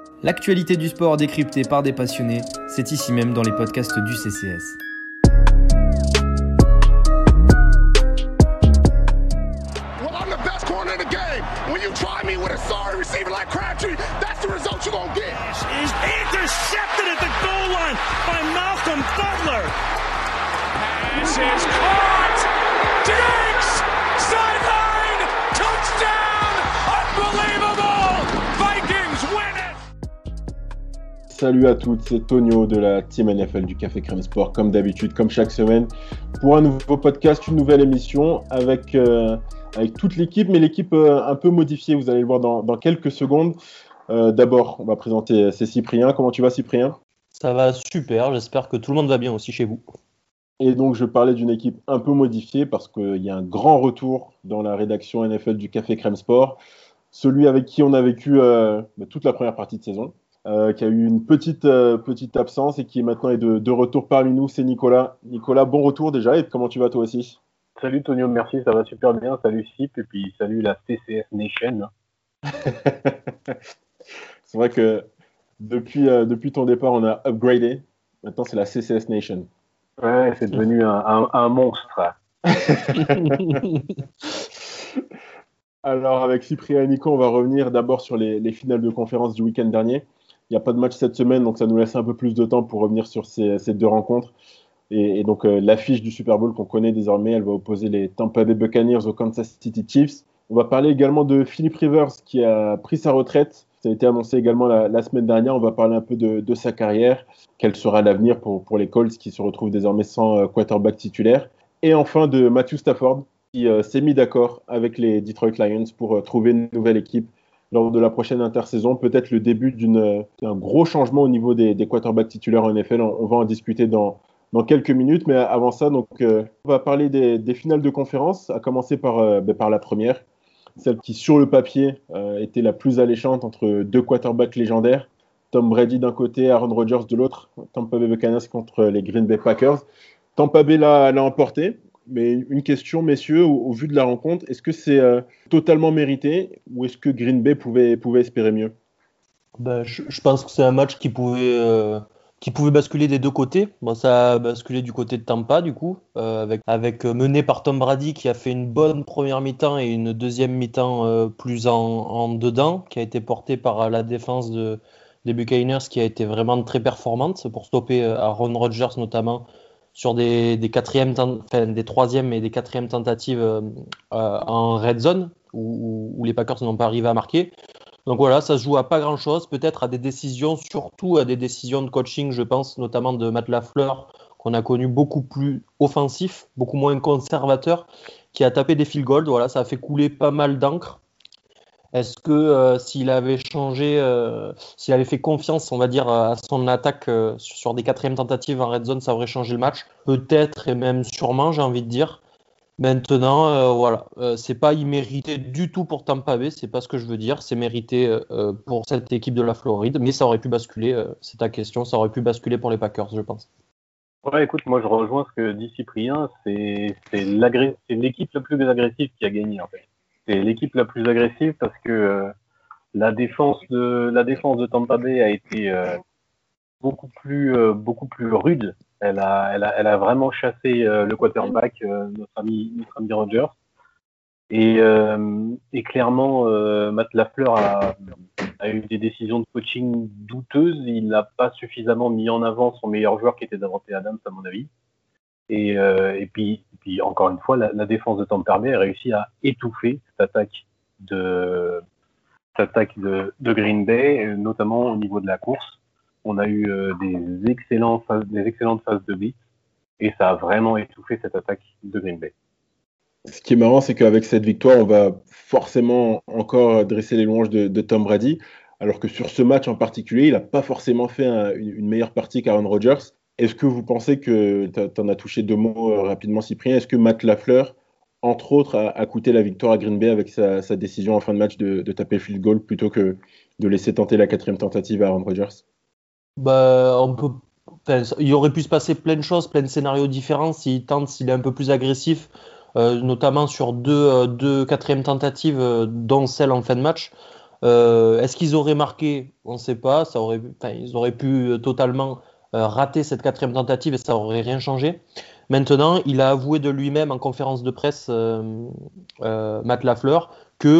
L'actualité du sport décryptée par des passionnés, c'est ici même dans les podcasts du CCS. Well, I'm the best corner in the game. When you try me with a sorry receiver like Crabtree, that's the result you're going to get. Is intercepted at the goal line by Malcolm Butler. Pass is caught. Diggs! Sideline! Touchdown! Unbelievable! Vikings win it! Salut à toutes, c'est Tonio de la Team NFL du Café Crème Sport, comme d'habitude, comme chaque semaine, pour un nouveau podcast, une nouvelle émission avec toute l'équipe, mais l'équipe un peu modifiée, vous allez le voir dans quelques secondes. D'abord, on va présenter, c'est Cyprien. Comment tu vas, Cyprien ? Ça va super, j'espère que tout le monde va bien aussi chez vous. Et donc, je parlais d'une équipe un peu modifiée parce qu'il y a un grand retour dans la rédaction NFL du Café Crème Sport, celui avec qui on a vécu toute la première partie de saison. Qui a eu une petite absence et qui maintenant est de retour parmi nous, c'est Nicolas. Nicolas, bon retour déjà, et comment tu vas toi aussi ? Salut Tonio, merci, ça va super bien. Salut Sip, et puis salut la CCS Nation. C'est vrai que depuis ton départ, on a upgradé. Maintenant, c'est la CCS Nation. Ouais, c'est devenu un monstre. Alors, avec Cyprien et Nico, on va revenir d'abord sur les finales de conférence du week-end dernier. Il n'y a pas de match cette semaine, donc ça nous laisse un peu plus de temps pour revenir sur ces deux rencontres. Et donc, l'affiche du Super Bowl qu'on connaît désormais, elle va opposer les Tampa Bay Buccaneers aux Kansas City Chiefs. On va parler également de Philip Rivers qui a pris sa retraite. Ça a été annoncé également la semaine dernière. On va parler un peu de sa carrière. Quel sera l'avenir pour les Colts qui se retrouvent désormais sans quarterback titulaire. Et enfin de Matthew Stafford qui s'est mis d'accord avec les Detroit Lions pour trouver une nouvelle équipe lors de la prochaine intersaison. Peut-être le début d'un gros changement au niveau des quarterbacks titulaires en NFL. On va en discuter dans quelques minutes. Mais avant ça, donc, on va parler des finales de conférence, à commencer par la première. Celle qui, sur le papier, était la plus alléchante entre deux quarterbacks légendaires. Tom Brady d'un côté, Aaron Rodgers de l'autre. Tampa Bay Buccaneers contre les Green Bay Packers. Tampa Bay l'a emporté. Mais une question, messieurs, au vu de la rencontre, est-ce que c'est totalement mérité ou est-ce que Green Bay pouvait espérer mieux ? Je pense que c'est un match qui pouvait basculer des deux côtés. Bon, ça a basculé du côté de Tampa, du coup, avec mené par Tom Brady qui a fait une bonne première mi-temps et une deuxième mi-temps plus en dedans, qui a été portée par la défense des Buccaneers qui a été vraiment très performante pour stopper Aaron Rodgers notamment sur des troisièmes et des quatrièmes tentatives en red zone où les Packers n'ont pas arrivé à marquer. Donc voilà, ça se joue à pas grand-chose, peut-être surtout à des décisions de coaching, je pense, notamment de Matt LaFleur, qu'on a connu beaucoup plus offensif, beaucoup moins conservateur, qui a tapé des field goals. Voilà, ça a fait couler pas mal d'encre. Est-ce que s'il avait fait confiance, on va dire, à son attaque sur des quatrièmes tentatives en red zone, ça aurait changé le match ? Peut-être et même sûrement, j'ai envie de dire. Maintenant, c'est pas immérité du tout pour Tampa Bay, c'est pas ce que je veux dire. C'est mérité pour cette équipe de la Floride, mais ça aurait pu basculer. C'est ta question, ça aurait pu basculer pour les Packers, je pense. Ouais, écoute, moi je rejoins ce que dit Cyprien. C'est l'équipe la plus agressive qui a gagné en fait. C'est l'équipe la plus agressive parce que la défense de Tampa Bay a été beaucoup plus rude. Elle a vraiment chassé le quarterback, notre ami Rodgers. Et clairement, Matt LaFleur a eu des décisions de coaching douteuses. Il n'a pas suffisamment mis en avant son meilleur joueur qui était Davante Adams, à mon avis. Et puis encore une fois, la défense de Tampa Bay a réussi à étouffer cette attaque de Green Bay, notamment au niveau de la course. On a eu des excellentes phases de blitz et ça a vraiment étouffé cette attaque de Green Bay. Ce qui est marrant, c'est qu'avec cette victoire, on va forcément encore dresser les louanges de Tom Brady, alors que sur ce match en particulier, il n'a pas forcément fait une meilleure partie qu'Aaron Rodgers. Est-ce que vous pensez que, tu en as touché deux mots rapidement, Cyprien, est-ce que Matt LaFleur, entre autres, a coûté la victoire à Green Bay avec sa décision en fin de match de taper field goal plutôt que de laisser tenter la quatrième tentative à Aaron Rodgers ? Il aurait pu se passer plein de choses, plein de scénarios différents s'il est un peu plus agressif, notamment sur deux quatrièmes tentatives, dont celle en fin de match. Est-ce qu'ils auraient marqué? On ne sait pas. Ils auraient pu totalement rater cette 4e tentative et ça n'aurait rien changé. Maintenant, il a avoué de lui-même en conférence de presse, Matt LaFleur,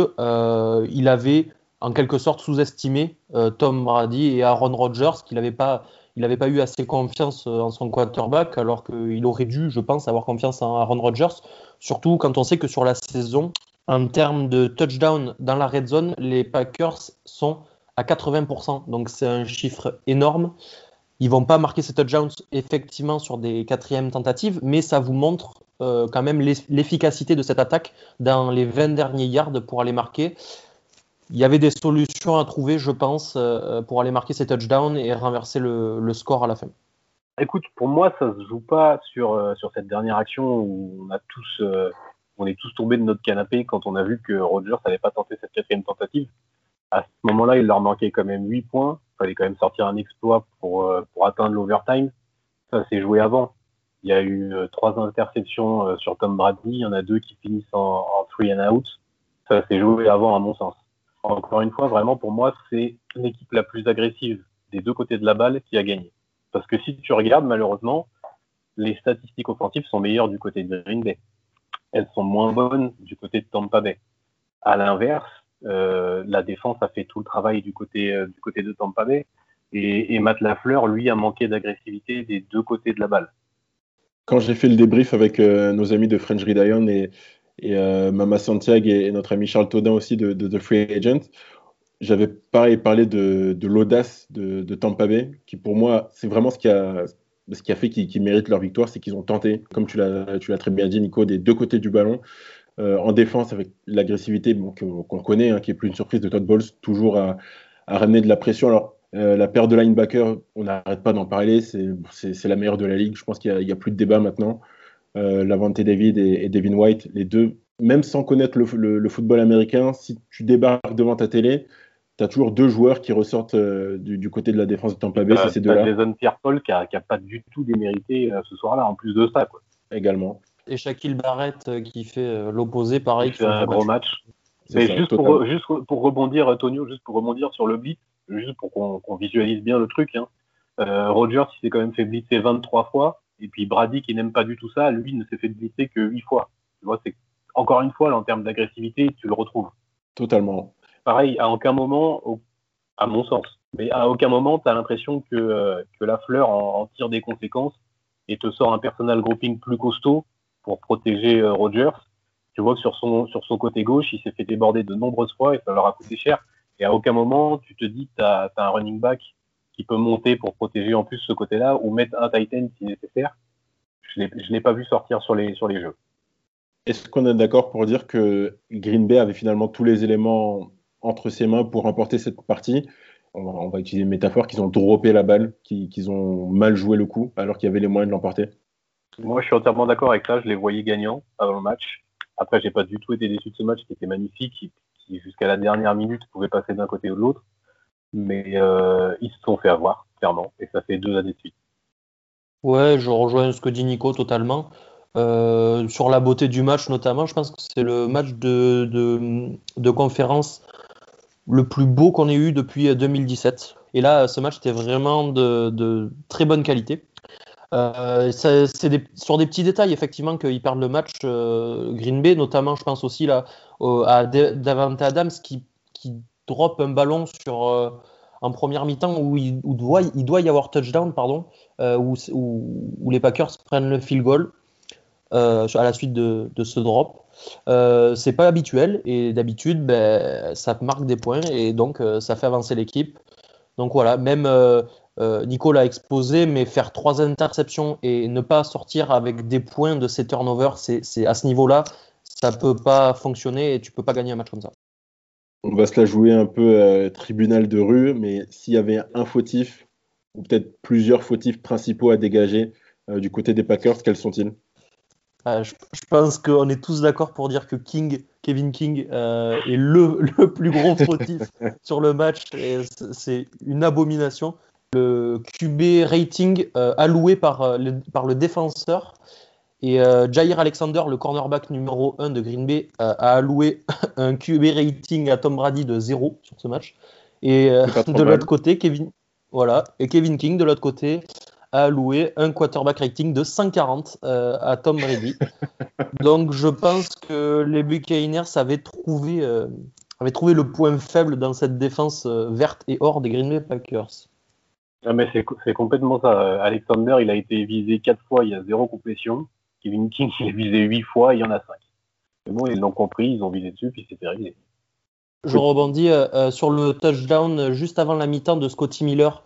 qu'il avait en quelque sorte sous-estimé Tom Brady et Aaron Rodgers, qu'il n'avait pas eu assez confiance en son quarterback, alors qu'il aurait dû, je pense, avoir confiance en Aaron Rodgers, surtout quand on sait que sur la saison, en termes de touchdown dans la red zone, les Packers sont à 80%, donc c'est un chiffre énorme. Ils vont pas marquer ces touchdowns effectivement sur des 4e tentatives, mais ça vous montre quand même l'efficacité de cette attaque dans les 20 derniers yards pour aller marquer. Il y avait des solutions à trouver, je pense, pour aller marquer ces touchdowns et renverser le score à la fin. Écoute, pour moi, ça se joue pas sur cette dernière action où on est tous tombés de notre canapé quand on a vu que Rodgers n'avait pas tenté cette 4e tentative. À ce moment-là, il leur manquait quand même 8 points. Il fallait quand même sortir un exploit pour atteindre l'overtime. Ça s'est joué avant. Il y a eu 3 interceptions sur Tom Brady. Il y en a 2 qui finissent en 3 and out. Ça s'est joué avant, à mon sens. Encore une fois, vraiment, pour moi, c'est l'équipe la plus agressive des 2 côtés de la balle qui a gagné. Parce que si tu regardes, malheureusement, les statistiques offensives sont meilleures du côté de Green Bay. Elles sont moins bonnes du côté de Tampa Bay. À l'inverse, la défense a fait tout le travail du côté de Tampa Bay. Et Matt LaFleur, lui, a manqué d'agressivité des 2 côtés de la balle. Quand j'ai fait le débrief avec nos amis de French Gridiron et Mama Santiago et notre ami Charles Todin aussi de The Free Agent, j'avais parlé de l'audace de Tampa Bay, qui pour moi, c'est vraiment ce qui a fait qu'ils méritent leur victoire, c'est qu'ils ont tenté, comme tu l'as très bien dit, Nico, des 2 côtés du ballon, en défense avec l'agressivité qu'on connaît, hein, qui est plus une surprise de Todd Bowles, toujours à ramener de la pression. Alors, la paire de linebackers, on n'arrête pas d'en parler, c'est la meilleure de la ligue. Je pense qu'il n'y a plus de débat maintenant. Lavonte David et Devin White, les 2, même sans connaître le football américain, si tu débarques devant ta télé, tu as toujours 2 joueurs qui ressortent du côté de la défense de Tampa Bay, c'est ces 2-là. Jason Pierre-Paul qui a pas du tout démérité ce soir-là, en plus de ça, quoi. Également. Et Shaquille Barrett qui fait l'opposé, pareil. Qui fait un gros match. Mais ça, juste pour rebondir, Tonio, juste pour rebondir sur le blitz, juste pour qu'on visualise bien le truc, hein. Rodgers, il s'est quand même fait blitzer 23 fois, et puis Brady, qui n'aime pas du tout ça, lui, ne s'est fait blitzer que 8 fois. Tu vois, c'est encore une fois, là, en termes d'agressivité, tu le retrouves. Totalement. Pareil, à aucun moment, à mon sens, mais à aucun moment, tu as l'impression que LaFleur en tire des conséquences et te sort un personal grouping plus costaud pour protéger Rodgers. Tu vois que sur son côté gauche, il s'est fait déborder de nombreuses fois et ça leur a coûté cher. Et à aucun moment, tu te dis que tu as un running back qui peut monter pour protéger en plus ce côté-là ou mettre un tight end si nécessaire. Je l'ai pas vu sortir sur les jeux. Est-ce qu'on est d'accord pour dire que Green Bay avait finalement tous les éléments entre ses mains pour remporter cette partie? On va utiliser une métaphore, qu'ils ont droppé la balle, qu'ils ont mal joué le coup alors qu'il y avait les moyens de l'emporter. Moi, je suis entièrement d'accord avec ça. Je les voyais gagnants avant le match. Après, j'ai pas du tout été déçu de ce match qui était magnifique, qui jusqu'à la dernière minute pouvait passer d'un côté ou de l'autre. Mais ils se sont fait avoir, clairement. Et ça fait 2 années de suite. Ouais, je rejoins ce que dit Nico totalement. Sur la beauté du match notamment, je pense que c'est le match de conférence le plus beau qu'on ait eu depuis 2017. Et là, ce match était vraiment de très bonne qualité. C'est sur des petits détails, effectivement, qu'ils perdent le match, Green Bay, notamment, je pense aussi là, à Davante Adams qui drop un ballon en première mi-temps où il doit y avoir touchdown, où les Packers prennent le field goal à la suite de ce drop. C'est pas habituel et d'habitude ça marque des points et donc ça fait avancer l'équipe. Donc voilà, même Nico l'a exposé, mais faire 3 interceptions et ne pas sortir avec des points de ces turnovers, c'est à ce niveau-là, ça peut pas fonctionner et tu peux pas gagner un match comme ça. On va se la jouer un peu tribunal de rue, mais s'il y avait un fautif ou peut-être plusieurs fautifs principaux à dégager du côté des Packers, quels sont-ils? Je pense qu'on est tous d'accord pour dire que Kevin King est le plus gros fautif sur le match. Et c'est une abomination. Le QB rating alloué par le défenseur Et Jair Alexander, le cornerback numéro 1 de Green Bay, a alloué un QB rating à Tom Brady de 0 sur ce match. Et de l'autre côté, Kevin King, de l'autre côté, a alloué un quarterback rating de 140 à Tom Brady. Donc je pense que les Buccaneers avaient trouvé le point faible dans cette défense verte et or des Green Bay Packers. Ah, mais c'est complètement ça. Alexander, il a été visé 4 fois, il y a 0 complétion. Kevin King, il est visé 8 fois, il y en a 5. C'est bon, ils l'ont compris, ils ont visé dessus, puis c'était réglé. Je rebondis sur le touchdown juste avant la mi-temps de Scotty Miller.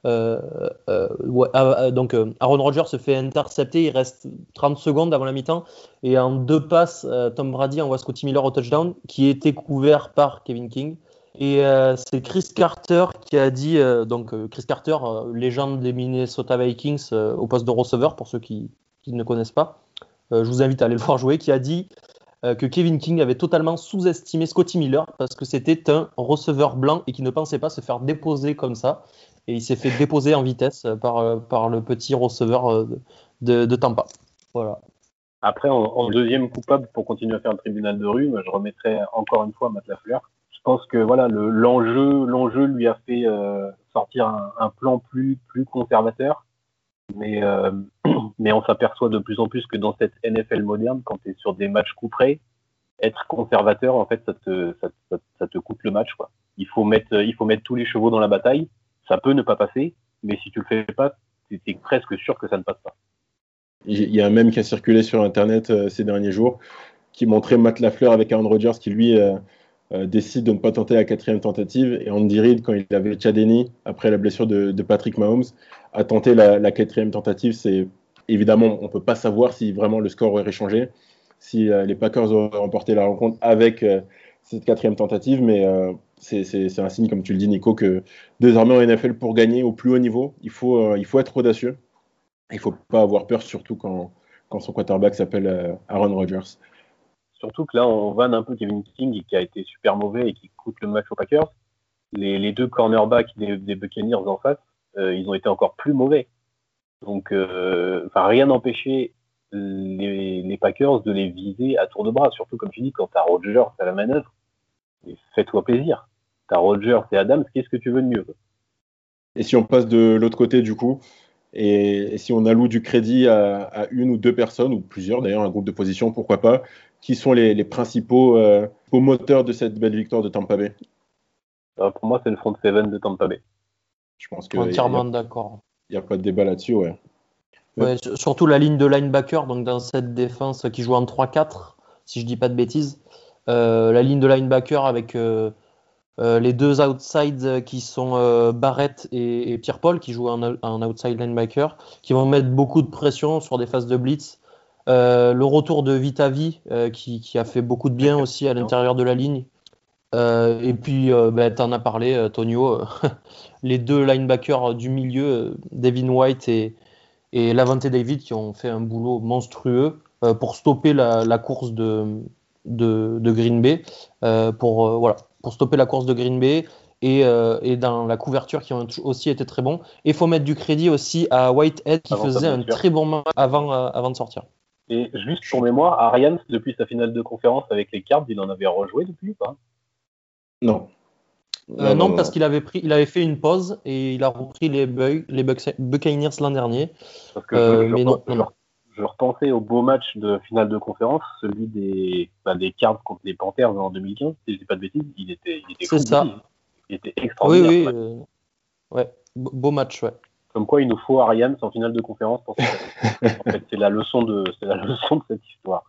Donc Aaron Rodgers se fait intercepter, il reste 30 secondes avant la mi-temps. Et en 2 passes, Tom Brady envoie Scotty Miller au touchdown, qui était couvert par Kevin King. Et c'est Chris Carter qui a dit, Chris Carter, légende des Minnesota Vikings au poste de receveur, pour ceux qui ne connaissent pas. Je vous invite à aller le voir jouer, qui a dit que Kevin King avait totalement sous-estimé Scotty Miller parce que c'était un receveur blanc et qu'il ne pensait pas se faire déposer comme ça. Et il s'est fait déposer en vitesse par le petit receveur de Tampa. Voilà. Après, en deuxième coupable, pour continuer à faire le tribunal de rue, je remettrai encore une fois Matt LaFleur. Je pense que voilà, l'enjeu lui a fait sortir un plan plus conservateur. Mais on s'aperçoit de plus en plus que dans cette NFL moderne, quand tu es sur des matchs coup près, être conservateur, en fait, ça te coûte le match, quoi. Il faut mettre tous les chevaux dans la bataille. Ça peut ne pas passer, mais si tu le fais pas, t'es presque sûr que ça ne passe pas. Il y a un mème qui a circulé sur Internet ces derniers jours qui montrait Matt LaFleur avec Aaron Rodgers qui, lui, décide de ne pas tenter la 4e tentative. Et Andy Reid, quand il avait Chadeni, après la blessure de Patrick Mahomes, a tenté la 4e tentative. C'est évidemment, on ne peut pas savoir si vraiment le score aurait changé, si les Packers auraient remporté la rencontre avec cette 4e tentative. Mais c'est un signe, comme tu le dis, Nico, que désormais en NFL, pour gagner au plus haut niveau, il faut être audacieux. Il ne faut pas avoir peur, surtout quand son quarterback s'appelle Aaron Rodgers. Surtout que là, on vanne un peu Kevin King, qui a été super mauvais et qui coûte le match aux Packers. Les 2 cornerbacks des Buccaneers en face, ils ont été encore plus mauvais. Donc, rien n'empêchait les Packers de les viser à tour de bras. Surtout, comme tu dis, quand tu as Rodgers à la manœuvre, fais-toi plaisir. Tu as Rodgers et Adams, qu'est-ce que tu veux de mieux? Et si on passe de l'autre côté, du coup, et si on alloue du crédit à 1 ou 2 personnes, ou plusieurs d'ailleurs, un groupe de position, pourquoi pas, qui sont les principaux moteurs de cette belle victoire de Tampa Bay? Pour moi, c'est le front 7 de Tampa Bay. Je pense que entièrement d'accord. Il n'y a pas de débat là-dessus, ouais. Ouais, surtout la ligne de linebacker, donc dans cette défense qui joue en 3-4, si je dis pas de bêtises. La ligne de linebacker avec les 2 outside qui sont Barrett et Pierre-Paul, qui jouent en outside linebacker, qui vont mettre beaucoup de pression sur des phases de blitz. Le retour de Vitavi qui a fait beaucoup de bien aussi à l'intérieur de la ligne. Et puis, t'en as parlé, Tonio, les 2 linebackers du milieu, Devin White et Lavonte David, qui ont fait un boulot monstrueux pour stopper la course de Green Bay, pour stopper la course de Green Bay et dans la couverture qui ont aussi été très bons. Et il faut mettre du crédit aussi à Whitehead qui faisait un très bon match avant de sortir. Et juste pour mémoire, Arians, depuis sa finale de conférence avec les Cards, il en avait rejoué depuis ou pas? Non. Non, parce qu'il avait fait une pause et il a repris les Buccaneers l'an dernier. Parce que je repensais au beau match de finale de conférence, celui des Cards contre les Panthers en 2015, si je dis pas de bêtises, il était c'est fou, ça. Il était extraordinaire. Oui. Ouais, beau match, ouais. Comme quoi, il nous faut Arians en finale de conférence pour ça. En fait, c'est la leçon de cette histoire.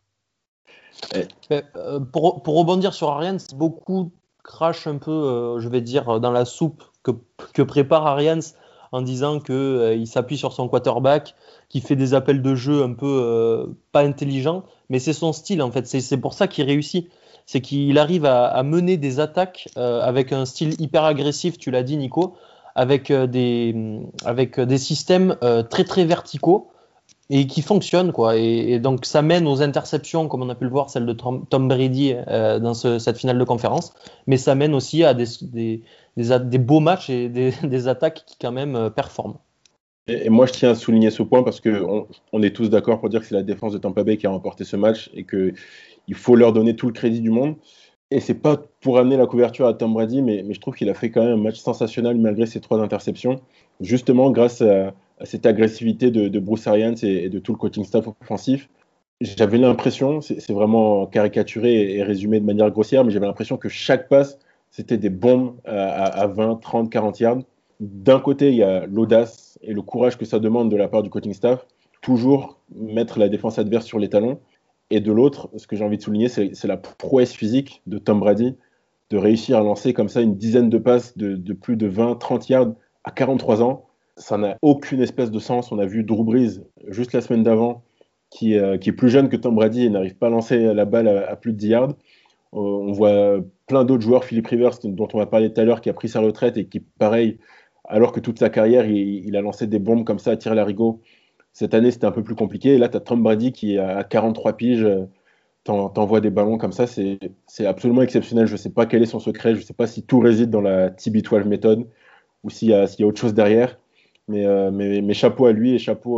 Pour rebondir sur Arians, beaucoup crachent un peu, je vais dire, dans la soupe que prépare Arians en disant qu'il s'appuie sur son quarterback, qui fait des appels de jeu un peu pas intelligents, mais c'est son style en fait. C'est pour ça qu'il réussit. C'est qu'il arrive à mener des attaques avec un style hyper agressif, tu l'as dit Nico, avec des systèmes très très verticaux et qui fonctionnent, quoi. Et donc ça mène aux interceptions, comme on a pu le voir, celle de Tom Brady dans cette finale de conférence, mais ça mène aussi à des beaux matchs et des attaques qui quand même performent. Et moi, je tiens à souligner ce point parce qu'on est tous d'accord pour dire que c'est la défense de Tampa Bay qui a remporté ce match et qu'il faut leur donner tout le crédit du monde. Et c'est pas pour amener la couverture à Tom Brady, mais je trouve qu'il a fait quand même un match sensationnel malgré ses 3 interceptions, justement grâce à cette agressivité de Bruce Arians et de tout le coaching staff offensif. J'avais l'impression, c'est vraiment caricaturé et résumé de manière grossière, mais j'avais l'impression que chaque passe, c'était des bombes à 20, 30, 40 yards. D'un côté, il y a l'audace et le courage que ça demande de la part du coaching staff, toujours mettre la défense adverse sur les talons. Et de l'autre, ce que j'ai envie de souligner, c'est la prouesse physique de Tom Brady, de réussir à lancer comme ça une dizaine de passes de plus de 20, 30 yards à 43 ans. Ça n'a aucune espèce de sens. On a vu Drew Brees, juste la semaine d'avant, qui est plus jeune que Tom Brady et n'arrive pas à lancer la balle à plus de 10 yards. On voit plein d'autres joueurs, Philip Rivers, dont on va parler tout à l'heure, qui a pris sa retraite et qui, pareil, alors que toute sa carrière, il a lancé des bombes comme ça à tir-larigot. Cette année, c'était un peu plus compliqué. Et là, tu as Tom Brady qui, à 43 piges, t'envoie des ballons comme ça. C'est absolument exceptionnel. Je ne sais pas quel est son secret. Je ne sais pas si tout réside dans la TB12 méthode ou s'il y a autre chose derrière. Mais chapeau à lui et chapeau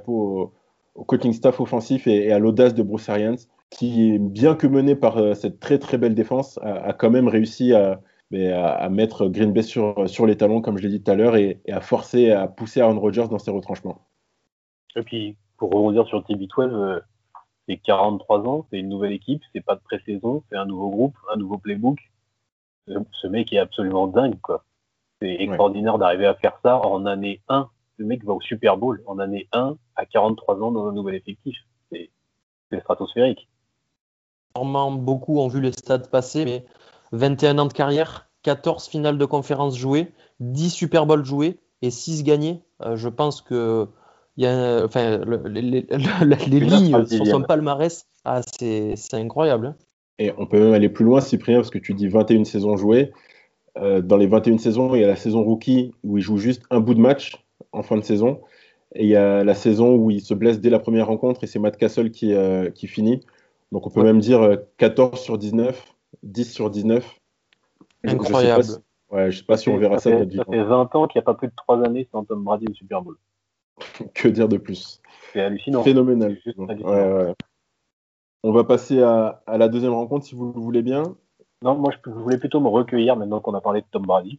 au coaching staff offensif et à l'audace de Bruce Arians, qui, bien que mené par cette très très belle défense, a quand même réussi à mettre Green Bay sur les talons, comme je l'ai dit tout à l'heure, et à forcer, à pousser Aaron Rodgers dans ses retranchements. Et puis, pour rebondir sur TB12, c'est 43 ans, c'est une nouvelle équipe, c'est pas de pré-saison, c'est un nouveau groupe, un nouveau playbook. Ce mec est absolument dingue, quoi. C'est extraordinaire d'arriver à faire ça en année 1. Le mec va au Super Bowl en année 1 à 43 ans dans un nouvel effectif. C'est stratosphérique. Sûrement beaucoup ont vu les stats passer, mais 21 ans de carrière, 14 finales de conférence jouées, 10 Super Bowl joués et 6 gagnés. Je pense que les lignes sur son palmarès, c'est incroyable. Hein. Et on peut même aller plus loin, Cyprien, parce que tu dis 21 saisons jouées. Dans les 21 saisons, il y a la saison rookie où il joue juste un bout de match en fin de saison. Et il y a la saison où il se blesse dès la première rencontre et c'est Matt Cassel qui finit. Donc on peut même dire 14 sur 19, 10 sur 19. Incroyable. Je sais pas si on verra ça. Ça fait 20 ans qu'il n'y a pas plus de 3 années sans Tom Brady au Super Bowl. Que dire de plus? C'est hallucinant. Phénoménal. Ouais. On va passer à la deuxième rencontre si vous le voulez bien. Non, moi je voulais plutôt me recueillir maintenant qu'on a parlé de Tom Brady.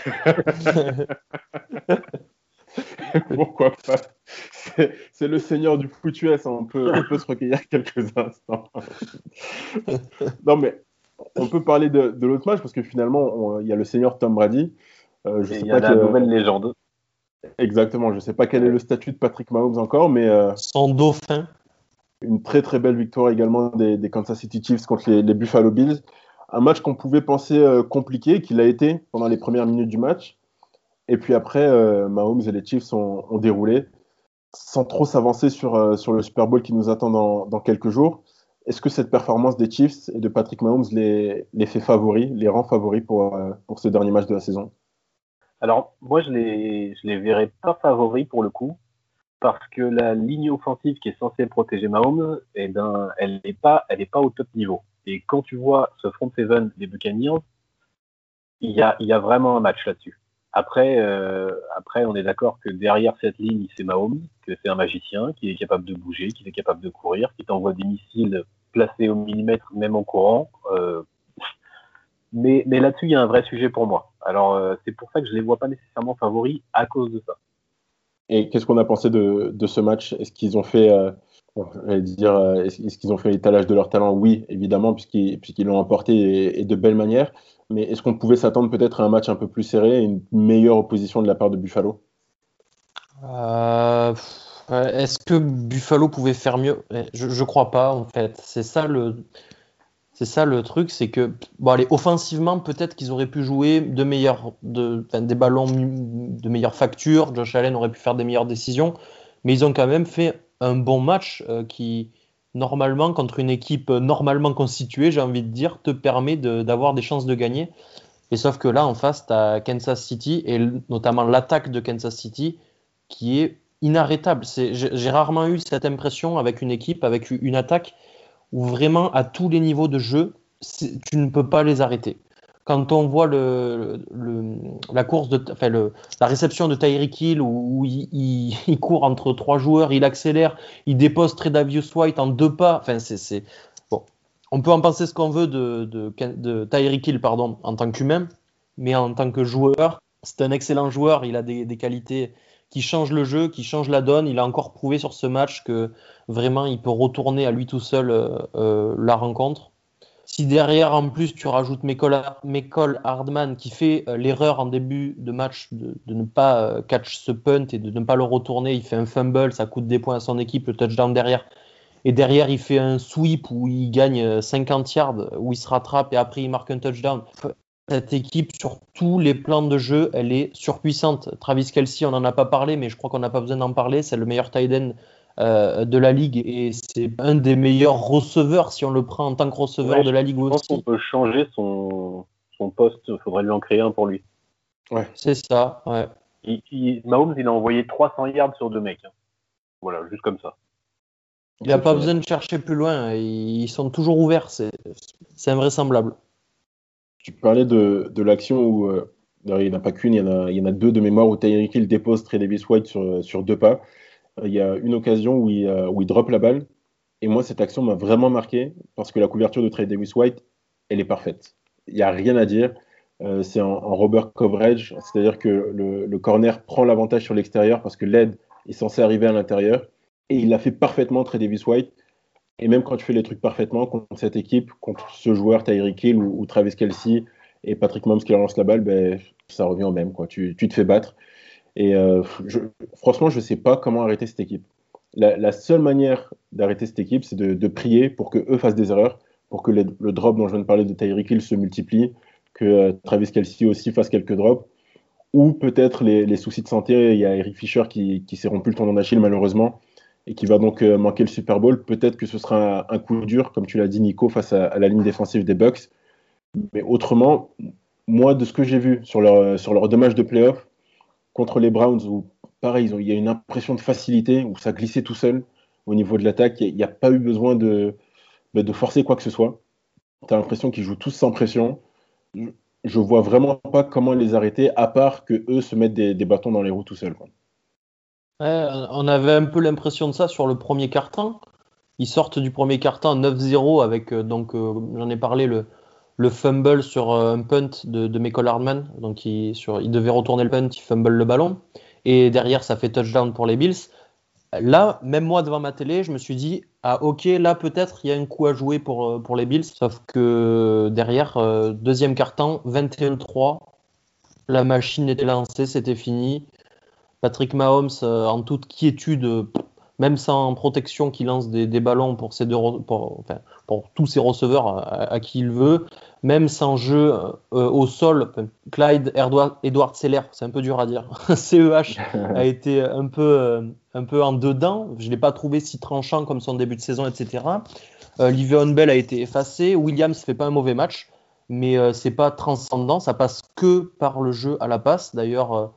Pourquoi pas? C'est le seigneur du foot US, on peut se recueillir quelques instants. Non mais on peut parler de l'autre match parce que finalement il y a le seigneur Tom Brady. Il y a la nouvelle légende. Exactement, je ne sais pas quel est le statut de Patrick Mahomes encore, mais son dauphin. Une très très belle victoire également des Kansas City Chiefs contre les Buffalo Bills. Un match qu'on pouvait penser compliqué, qu'il a été pendant les premières minutes du match. Et puis après, Mahomes et les Chiefs ont déroulé sans trop s'avancer sur le Super Bowl qui nous attend dans quelques jours. Est-ce que cette performance des Chiefs et de Patrick Mahomes les fait favoris, les rend favoris pour ce dernier match de la saison? Alors, moi, je les verrais pas favoris pour le coup, parce que la ligne offensive qui est censée protéger Mahomes, elle est pas au top niveau. Et quand tu vois ce front seven des Buccaneers, il y a vraiment un match là-dessus. Après, on est d'accord que derrière cette ligne, c'est Mahomes, que c'est un magicien, qui est capable de bouger, qui est capable de courir, qui t'envoie des missiles placés au millimètre, même en courant. Mais là-dessus, il y a un vrai sujet pour moi. Alors, c'est pour ça que je les vois pas nécessairement favoris à cause de ça. Et qu'est-ce qu'on a pensé de ce match? Est-ce qu'ils ont fait, est-ce qu'ils ont fait l'étalage de leur talent? Oui, évidemment, puisqu'ils l'ont emporté et de belle manière. Mais est-ce qu'on pouvait s'attendre peut-être à un match un peu plus serré et une meilleure opposition de la part de Buffalo? Est-ce que Buffalo pouvait faire mieux? Je crois pas, en fait. C'est ça le truc, c'est que offensivement, peut-être qu'ils auraient pu jouer des ballons de meilleure facture. Josh Allen aurait pu faire des meilleures décisions, mais ils ont quand même fait un bon match qui, normalement, contre une équipe normalement constituée, j'ai envie de dire, te permet d'avoir des chances de gagner. Et sauf que là, en face, tu as Kansas City, et notamment l'attaque de Kansas City, qui est inarrêtable. J'ai rarement eu cette impression avec une équipe, avec une attaque, où vraiment, à tous les niveaux de jeu, tu ne peux pas les arrêter. quand on voit la course la réception de Tyreek Hill où il court entre 3 joueurs, il accélère, il dépose Tre'Davious White en 2 pas. Enfin, c'est bon. On peut en penser ce qu'on veut de Tyreek Hill, pardon, en tant qu'humain, mais en tant que joueur, c'est un excellent joueur. Il a des qualités qui changent le jeu, qui changent la donne. Il a encore prouvé sur ce match que vraiment il peut retourner à lui tout seul la rencontre. Si derrière, en plus, tu rajoutes Mecole Hardman qui fait l'erreur en début de match de ne pas catch ce punt et de ne pas le retourner, il fait un fumble, ça coûte des points à son équipe, le touchdown derrière. Et derrière, il fait un sweep où il gagne 50 yards, où il se rattrape et après, il marque un touchdown. Cette équipe, sur tous les plans de jeu, elle est surpuissante. Travis Kelce, on n'en a pas parlé, mais je crois qu'on n'a pas besoin d'en parler. C'est le meilleur tight end de la ligue et c'est un des meilleurs receveurs si on le prend en tant que receveur de la ligue aussi. Je pense qu'on peut changer son poste, il faudrait lui en créer un pour lui. Ouais. C'est ça, ouais. Mahomes, il a envoyé 300 yards sur 2 mecs. Voilà, juste comme ça. Il n'a pas besoin de chercher plus loin, ils sont toujours ouverts, c'est invraisemblable. Tu parlais de l'action où il n'y en a pas qu'une, il y en a 2 de mémoire où Tyreek Hill dépose Tre'Davious White sur 2 pas. Il y a une occasion où il drop la balle. Et moi, cette action m'a vraiment marqué parce que la couverture de Tre'Davious White, elle est parfaite. Il n'y a rien à dire. C'est en rubber coverage, c'est-à-dire que le corner prend l'avantage sur l'extérieur parce que l'aide est censée arriver à l'intérieur. Et il l'a fait parfaitement, Tre'Davious White. Et même quand tu fais les trucs parfaitement contre cette équipe, contre ce joueur, Tyreek Hill ou Travis Kelce et Patrick Mahomes qui lance la balle, ben, ça revient au même, quoi. Tu te fais battre. Et franchement, je ne sais pas comment arrêter cette équipe. La seule manière d'arrêter cette équipe, c'est de prier pour qu'eux fassent des erreurs, pour que le drop dont je viens de parler de Tyreek Hill se multiplie, que Travis Kelce aussi fasse quelques drops, ou peut-être les soucis de santé. Il y a Eric Fisher qui s'est rompu le tendon d'Achille malheureusement, et qui va donc manquer le Super Bowl. Peut-être que ce sera un coup dur, comme tu l'as dit Nico, face à la ligne défensive des Bucks. Mais autrement, moi, de ce que j'ai vu sur leur 2 matchs de playoff, contre les Browns, où pareil, il y a une impression de facilité, où ça glissait tout seul au niveau de l'attaque. Il n'y a pas eu besoin de forcer quoi que ce soit. Tu as l'impression qu'ils jouent tous sans pression. Je vois vraiment pas comment les arrêter, à part que eux se mettent des bâtons dans les roues tout seuls, quoi. Ouais, on avait un peu l'impression de ça sur le premier quart-temps. Ils sortent du premier quart-temps 9-0 avec, j'en ai parlé, le fumble sur un punt de Mecole Hardman. Donc il devait retourner le punt, il fumble le ballon. Et derrière, ça fait touchdown pour les Bills. Là, même moi devant ma télé, je me suis dit, ah ok, là peut-être il y a un coup à jouer pour les Bills. Sauf que derrière, deuxième quart-temps, 21-3, la machine était lancée, c'était fini. Patrick Mahomes, en toute quiétude, même sans protection, qui lance des ballons pour tous ses receveurs à qui il veut, même sans jeu au sol. Clyde Edwards-Helaire, c'est un peu dur à dire, CEH a été un peu en dedans. Je ne l'ai pas trouvé si tranchant comme son début de saison, etc. Le'Veon Bell a été effacé. Williams ne fait pas un mauvais match, mais c'est pas transcendant. Ça passe que par le jeu à la passe. D'ailleurs,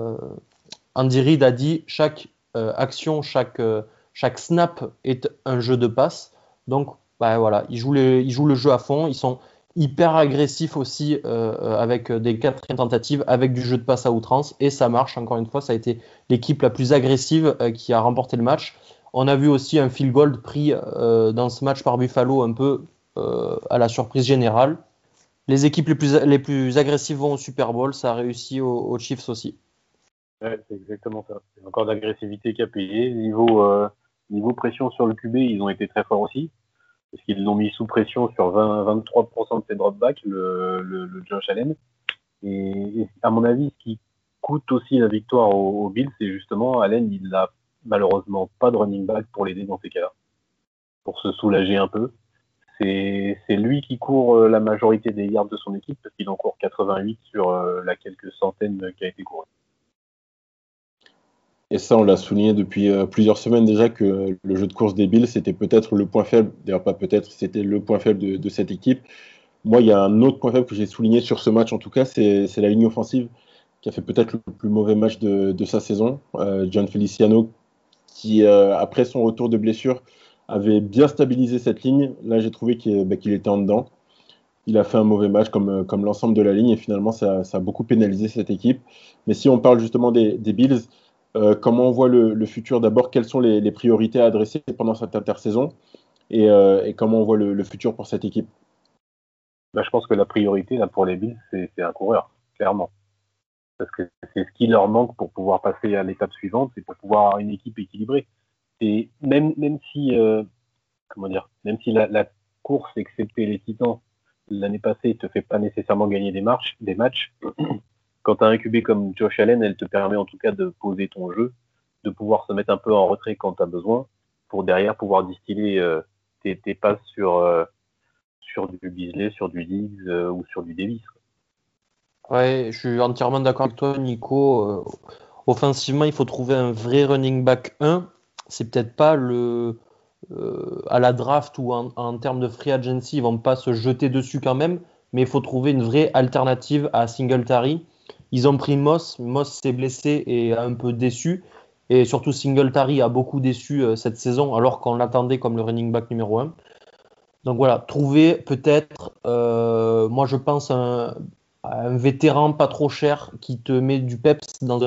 Andy Reid a dit chaque action, chaque snap est un jeu de passe. Donc voilà, ils jouent le jeu à fond. Ils sont hyper agressifs aussi avec des 4e tentatives, avec du jeu de passe à outrance, et ça marche. Encore une fois, ça a été l'équipe la plus agressive qui a remporté le match. On a vu aussi un field goal pris dans ce match par Buffalo, un peu à la surprise générale. Les équipes les plus agressives vont au Super Bowl, ça a réussi aux Chiefs aussi. Ouais, c'est exactement ça. C'est encore d'agressivité qui a payé. Niveau pression sur le QB, ils ont été très forts aussi. Parce qu'ils l'ont mis sous pression sur 23% de ses dropbacks, le Josh Allen. Et à mon avis, ce qui coûte aussi la victoire aux Bills, c'est justement Allen, il n'a malheureusement pas de running back pour l'aider dans ces cas-là. Pour se soulager un peu. C'est lui qui court la majorité des yards de son équipe, parce qu'il en court 88 sur la quelques centaines qui a été courue. Et ça, on l'a souligné depuis plusieurs semaines déjà, que le jeu de course des Bills, c'était peut-être le point faible, d'ailleurs pas peut-être, c'était le point faible de cette équipe. Moi, il y a un autre point faible que j'ai souligné sur ce match, en tout cas, c'est la ligne offensive, qui a fait peut-être le plus mauvais match de sa saison. John Feliciano, qui, après son retour de blessure, avait bien stabilisé cette ligne. Là, j'ai trouvé qu'il était en dedans. il a fait un mauvais match comme l'ensemble de la ligne et finalement ça a beaucoup pénalisé cette équipe. Mais si on parle justement des Bills, comment on voit le futur? D'abord, quelles sont les priorités à adresser pendant cette intersaison et comment on voit le futur pour cette équipe? Je pense que la priorité là, pour les Bills, c'est un coureur, clairement. Parce que c'est ce qui leur manque pour pouvoir passer à l'étape suivante et pour pouvoir avoir une équipe équilibrée. Et même si la course, excepté les Titans, l'année passée, te fait pas nécessairement gagner des matchs, quand tu as un QB comme Josh Allen, elle te permet en tout cas de poser ton jeu, de pouvoir se mettre un peu en retrait quand tu as besoin, pour derrière pouvoir distiller tes passes sur du Beasley, sur du Diggs ou sur du Davis. Ouais, je suis entièrement d'accord avec toi, Nico. Offensivement, il faut trouver un vrai running back 1. C'est peut-être pas à la draft ou en termes de free agency, ils vont pas se jeter dessus quand même, mais il faut trouver une vraie alternative à Singletary. Ils ont pris Moss s'est blessé et a un peu déçu, et surtout Singletary a beaucoup déçu cette saison alors qu'on l'attendait comme le running back numéro 1. Donc voilà, trouver peut-être, moi je pense un vétéran pas trop cher qui te met du peps dans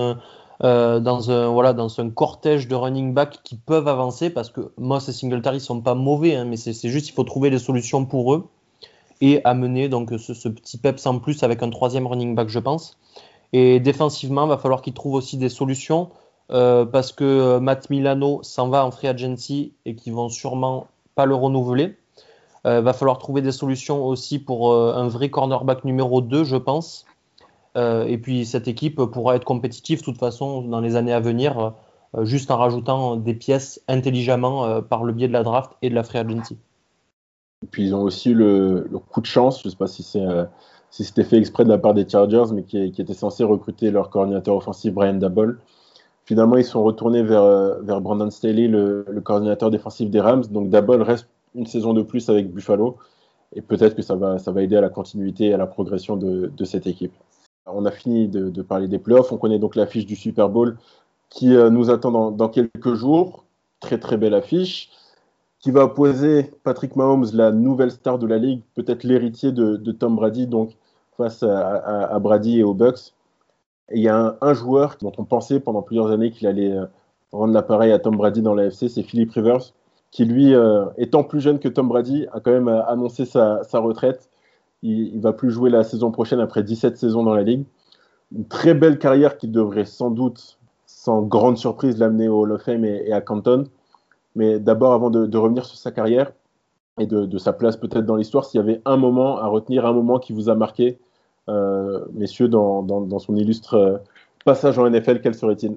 un cortège de running back qui peuvent avancer, parce que Moss et Singletary sont pas mauvais, hein, mais c'est juste il faut trouver des solutions pour eux et amener donc ce petit peps en plus avec un troisième running back, je pense. Et défensivement, il va falloir qu'ils trouvent aussi des solutions parce que Matt Milano s'en va en free agency et qu'ils vont sûrement pas le renouveler. Va falloir trouver des solutions aussi pour un vrai cornerback numéro 2, je pense. Et puis cette équipe pourra être compétitive de toute façon dans les années à venir, juste en rajoutant des pièces intelligemment par le biais de la draft et de la free agency. Et puis ils ont aussi le coup de chance, je ne sais pas si c'était fait exprès de la part des Chargers, mais qui était censé recruter leur coordinateur offensif Brian Daboll. Finalement, ils sont retournés vers Brandon Staley, le coordinateur défensif des Rams. Donc Daboll reste une saison de plus avec Buffalo, et peut-être que ça va aider à la continuité et à la progression de cette équipe. On a fini de parler des playoffs. On connaît donc l'affiche du Super Bowl qui nous attend dans quelques jours. Très très belle affiche qui va opposer Patrick Mahomes, la nouvelle star de la ligue, peut-être l'héritier de Tom Brady, donc face à Brady et aux Bucks. Et il y a un joueur dont on pensait pendant plusieurs années qu'il allait rendre l'appareil à Tom Brady dans l'AFC, c'est Philip Rivers, qui lui, étant plus jeune que Tom Brady, a quand même annoncé sa retraite. Il ne va plus jouer la saison prochaine après 17 saisons dans la ligue. Une très belle carrière qui devrait sans doute, sans grande surprise, l'amener au Hall of Fame et à Canton. Mais d'abord, avant de revenir sur sa carrière et de sa place peut-être dans l'histoire, s'il y avait un moment à retenir, un moment qui vous a marqué, messieurs, dans son illustre passage en NFL, quel serait-il?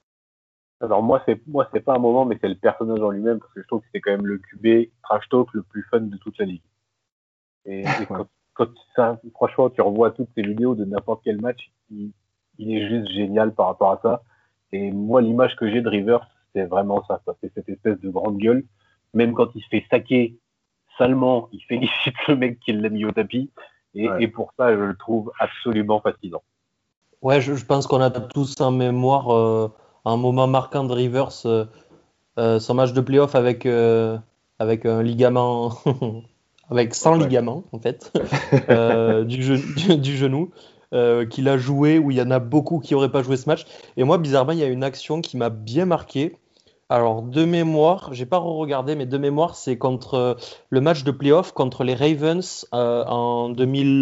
Alors moi c'est pas un moment, mais c'est le personnage en lui-même, parce que je trouve que c'est quand même le QB trash talk le plus fun de toute la ligue. Et quand ça, franchement, tu revois toutes ces vidéos de n'importe quel match, il est juste génial par rapport à ça. Et moi, l'image que j'ai de Rivers, c'est vraiment ça. C'est cette espèce de grande gueule. Même quand il se fait saquer salement, il félicite le mec qui l'a mis au tapis. Et pour ça, je le trouve absolument fascinant. Ouais, je pense qu'on a tous en mémoire un moment marquant de Rivers, son match de playoff avec un ligament, avec 100 ligaments en fait, du genou. Qu'il a joué, où il y en a beaucoup qui n'auraient pas joué ce match. Et moi, bizarrement, il y a une action qui m'a bien marqué. Alors, de mémoire, j'ai pas re-regardé, mais de mémoire, c'est contre le match de playoff contre les Ravens en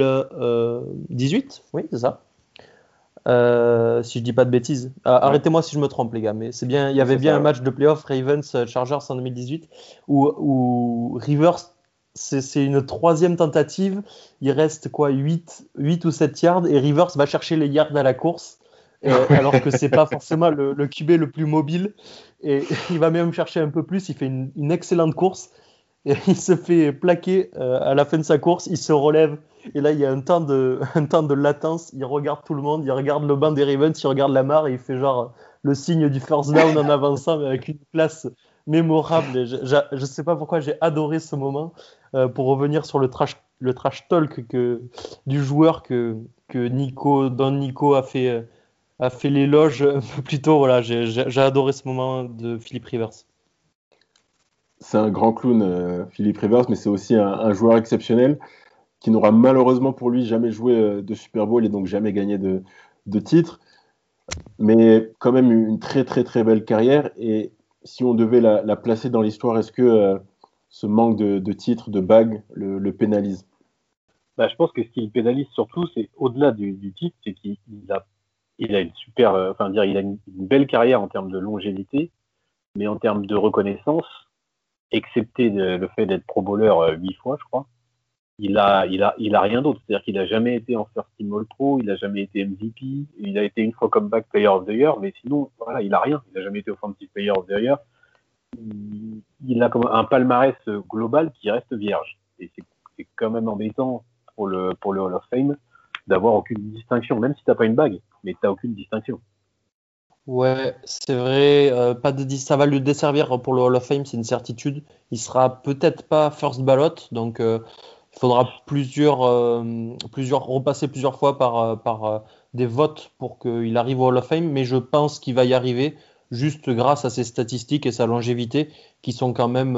2018. Oui, c'est ça. Si je dis pas de bêtises. Arrêtez-moi si je me trompe, les gars, mais c'est bien. Il y avait bien un match de playoff Ravens-Chargers en 2018 où Rivers, c'est une troisième tentative. Il reste 8 ou 7 yards et Rivers va chercher les yards à la course, alors que c'est pas forcément le QB le plus mobile. Et il va même chercher un peu plus. Il fait une excellente course et il se fait plaquer à la fin de sa course. Il se relève et là il y a un temps de latence. Il regarde tout le monde, il regarde le banc des Ravens, il regarde la mare et il fait genre le signe du first down en avançant, mais avec une classe mémorable. Et je sais pas pourquoi j'ai adoré ce moment. Pour revenir sur le trash talk du joueur que Don Nico a fait l'éloge un peu plus tôt. Voilà, j'ai adoré ce moment de Philip Rivers. C'est un grand clown, Philip Rivers, mais c'est aussi un joueur exceptionnel. qui n'aura malheureusement pour lui jamais joué de Super Bowl et donc jamais gagné de titre. Mais quand même une très très très belle carrière. Et si on devait la placer dans l'histoire, est-ce que ce manque de titres, de bagues, le pénalise? Je pense que ce qui le pénalise surtout, c'est au-delà du titre, c'est qu'il a une super, il a une belle carrière en termes de longévité, mais en termes de reconnaissance, excepté le fait d'être pro bowler 8 fois, je crois, il a rien d'autre. C'est-à-dire qu'il a jamais été en first team All Pro, il a jamais été MVP, il a été une fois comeback player of the year, mais sinon, voilà, il a rien. Il a jamais été offensive player of the year. Il a comme un palmarès global qui reste vierge. Et c'est quand même embêtant pour le Hall of Fame d'avoir aucune distinction, même si t'as pas une bague, mais t'as aucune distinction. Ouais, c'est vrai, ça va le desservir pour le Hall of Fame, c'est une certitude. Il sera peut-être pas first ballot, donc il faudra repasser plusieurs fois par des votes pour qu'il arrive au Hall of Fame, mais je pense qu'il va y arriver juste grâce à ses statistiques et sa longévité qui sont quand même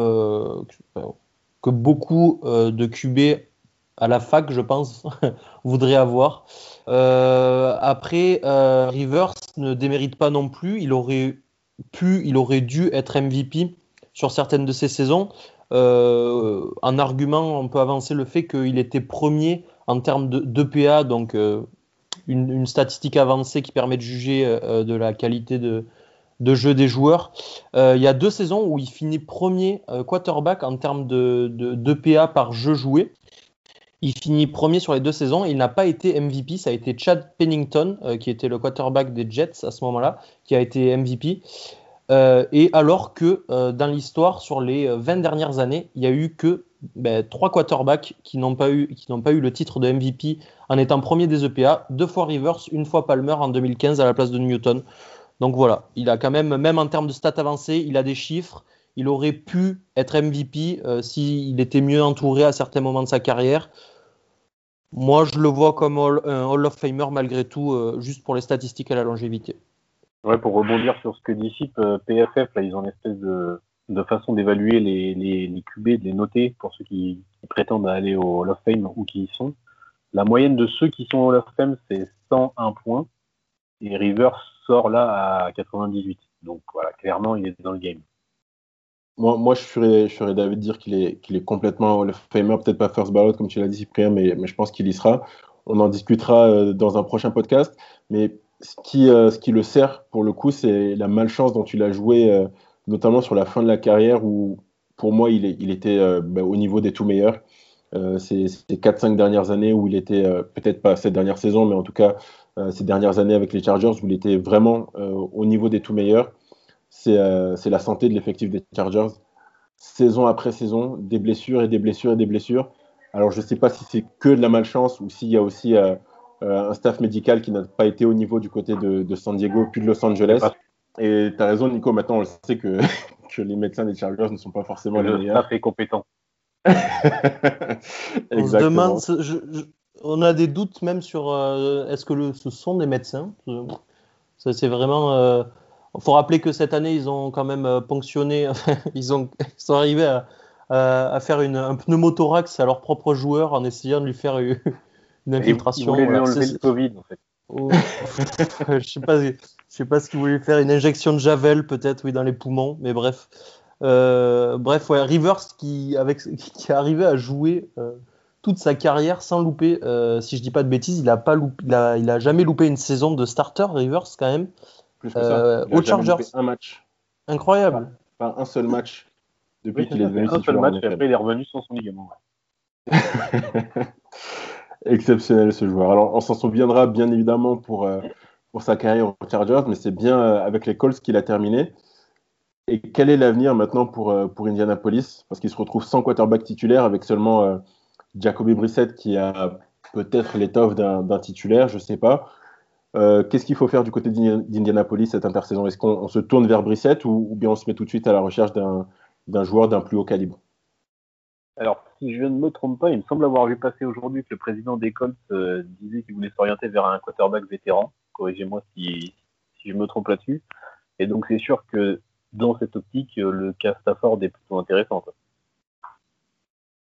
que beaucoup de QB à la fac, je pense, voudraient avoir. Après, Rivers ne démérite pas non plus. Il aurait dû être MVP sur certaines de ses saisons. En argument, on peut avancer le fait qu'il était premier en termes d'EPA, donc une statistique avancée qui permet de juger de la qualité de jeu des joueurs. Il y a 2 saisons où il finit premier quarterback en termes d'EPA par jeu joué. Il finit premier sur les 2 saisons. Il n'a pas été MVP. Ça a été Chad Pennington, qui était le quarterback des Jets à ce moment-là, qui a été MVP. Et alors que dans l'histoire, sur les 20 dernières années, il n'y a eu que 3 quarterbacks qui n'ont pas eu le titre de MVP en étant premier des EPA. 2 fois Rivers, 1 fois Palmer en 2015 à la place de Newton. Donc voilà, il a quand même en termes de stats avancées, il a des chiffres. Il aurait pu être MVP s'il était mieux entouré à certains moments de sa carrière. Moi, je le vois comme un Hall of Famer malgré tout, juste pour les statistiques et la longévité. Ouais, pour rebondir sur ce que dit Chip, PFF, là, ils ont une espèce de façon d'évaluer les QB, de les noter pour ceux qui prétendent aller au Hall of Fame ou qui y sont. La moyenne de ceux qui sont au Hall of Fame, c'est 101 points. Et Rivers sort là à 98. Donc voilà, clairement, il est dans le game. Moi, je serais d'avis de dire qu'il est complètement Hall of Famer, peut-être pas first ballot comme tu l'as dit Cyprien, mais je pense qu'il y sera. On en discutera dans un prochain podcast. Mais ce qui le sert pour le coup, c'est la malchance dont il a joué, notamment sur la fin de la carrière où pour moi il était au niveau des tout meilleurs. Ces 4-5 dernières années où il était, peut-être pas cette dernière saison, mais en tout cas ces dernières années avec les Chargers où il était vraiment au niveau des tout meilleurs. C'est la santé de l'effectif des Chargers. Saison après saison, des blessures et des blessures et des blessures. Alors, je ne sais pas si c'est que de la malchance ou s'il y a aussi un staff médical qui n'a pas été au niveau du côté de San Diego puis de Los Angeles. Et tu as raison, Nico, maintenant on le sait que les médecins des Chargers ne sont pas forcément les meilleurs. Le staff est compétent. On se demande, on a des doutes même sur est-ce que ce sont des médecins. Ça, c'est vraiment... Il faut rappeler que cette année, ils ont quand même ponctionné, ils sont arrivés à faire un pneumothorax à leur propre joueur en essayant de lui faire une infiltration. Ils voulaient lui enlever le Covid, en fait. Je sais pas ce qu'ils voulaient faire, une injection de javel peut-être, oui, dans les poumons, mais bref. Ouais, Rivers qui est arrivé à jouer toute sa carrière sans louper, si je dis pas de bêtises, il a jamais loupé une saison de starter, Rivers quand même. Plus que ça. Aux Chargers. Un match. Incroyable. Pas un seul match depuis qu'il est devenu un seul match et après il est revenu sans son ligament. Ouais. Exceptionnel ce joueur. Alors on s'en souviendra bien évidemment pour sa carrière aux Chargers, mais c'est bien avec les Colts qu'il a terminé. Et quel est l'avenir maintenant pour Indianapolis? Parce qu'il se retrouve sans quarterback titulaire avec seulement Jacoby Brissett qui a peut-être l'étoffe d'un titulaire, je ne sais pas. Qu'est-ce qu'il faut faire du côté d'Indianapolis cette intersaison? Est-ce qu'on se tourne vers Brissett ou bien on se met tout de suite à la recherche d'un joueur d'un plus haut calibre? Alors, si je ne me trompe pas, il me semble avoir vu passer aujourd'hui que le président des Colts disait qu'il voulait s'orienter vers un quarterback vétéran. Corrigez-moi si je me trompe là-dessus. Et donc, c'est sûr que dans cette optique, le cas Stafford est plutôt intéressant, quoi.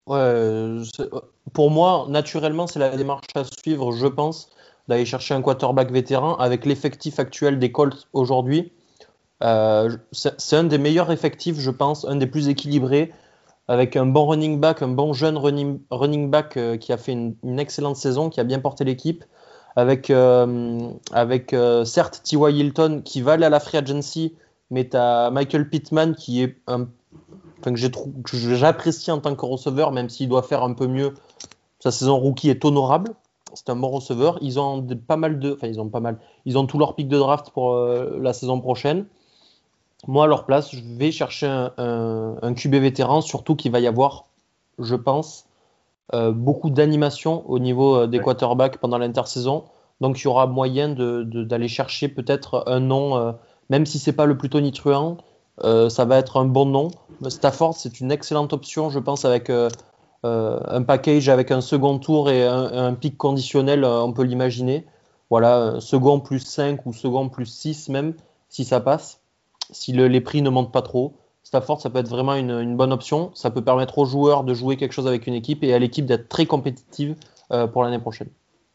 Pour moi, naturellement, c'est la démarche à suivre, je pense, d'aller chercher un quarterback vétéran avec l'effectif actuel des Colts aujourd'hui. C'est un des meilleurs effectifs, je pense, un des plus équilibrés, avec un bon running back, un bon jeune running back qui a fait une excellente saison, qui a bien porté l'équipe, avec certes T.Y. Hilton qui va aller à la free agency, mais tu as Michael Pittman qui est que j'apprécie en tant que receveur, même s'il doit faire un peu mieux. Sa saison rookie est honorable. C'est un bon receveur. Ils ont ils ont tout leur pick de draft pour la saison prochaine. Moi, à leur place, je vais chercher un QB vétéran, surtout qu'il va y avoir, je pense, beaucoup d'animation au niveau des quarterbacks pendant l'intersaison. Donc, il y aura moyen d'aller chercher peut-être un nom, même si c'est pas le plus tonitruant, ça va être un bon nom. Stafford, c'est une excellente option, je pense, avec un package avec un second tour et un pick conditionnel, on peut l'imaginer. Voilà, second plus 5 ou second plus 6 même, si ça passe. Si les prix ne montent pas trop, Stafford, ça peut être vraiment une bonne option. Ça peut permettre aux joueurs de jouer quelque chose avec une équipe et à l'équipe d'être très compétitive pour l'année prochaine.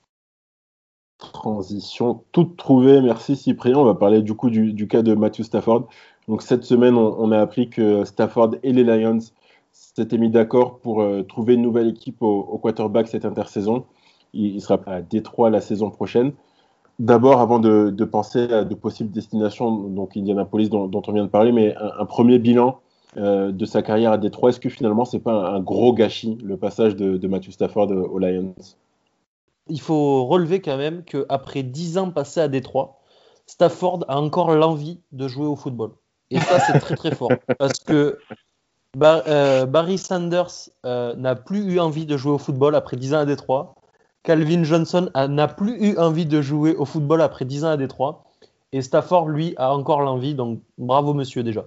Transition toute trouvée, merci Cyprien. On va parler du coup du cas de Matthew Stafford. Donc cette semaine, on a appris que Stafford et les Lions s'étaient mis d'accord pour trouver une nouvelle équipe au quarterback cette intersaison. Il sera à Détroit la saison prochaine. D'abord, avant de penser à de possibles destinations, donc Indianapolis dont on vient de parler, mais un premier bilan de sa carrière à Détroit, est-ce que finalement c'est pas un gros gâchis le passage de Matthew Stafford aux Lions? Il faut relever quand même qu'après 10 ans passés à Détroit, Stafford a encore l'envie de jouer au football. Et ça, c'est très très fort. Parce que Barry Sanders n'a plus eu envie de jouer au football après 10 ans à Détroit. Calvin Johnson n'a plus eu envie de jouer au football après 10 ans à Détroit. Et Stafford, lui, a encore l'envie. Donc, bravo monsieur déjà.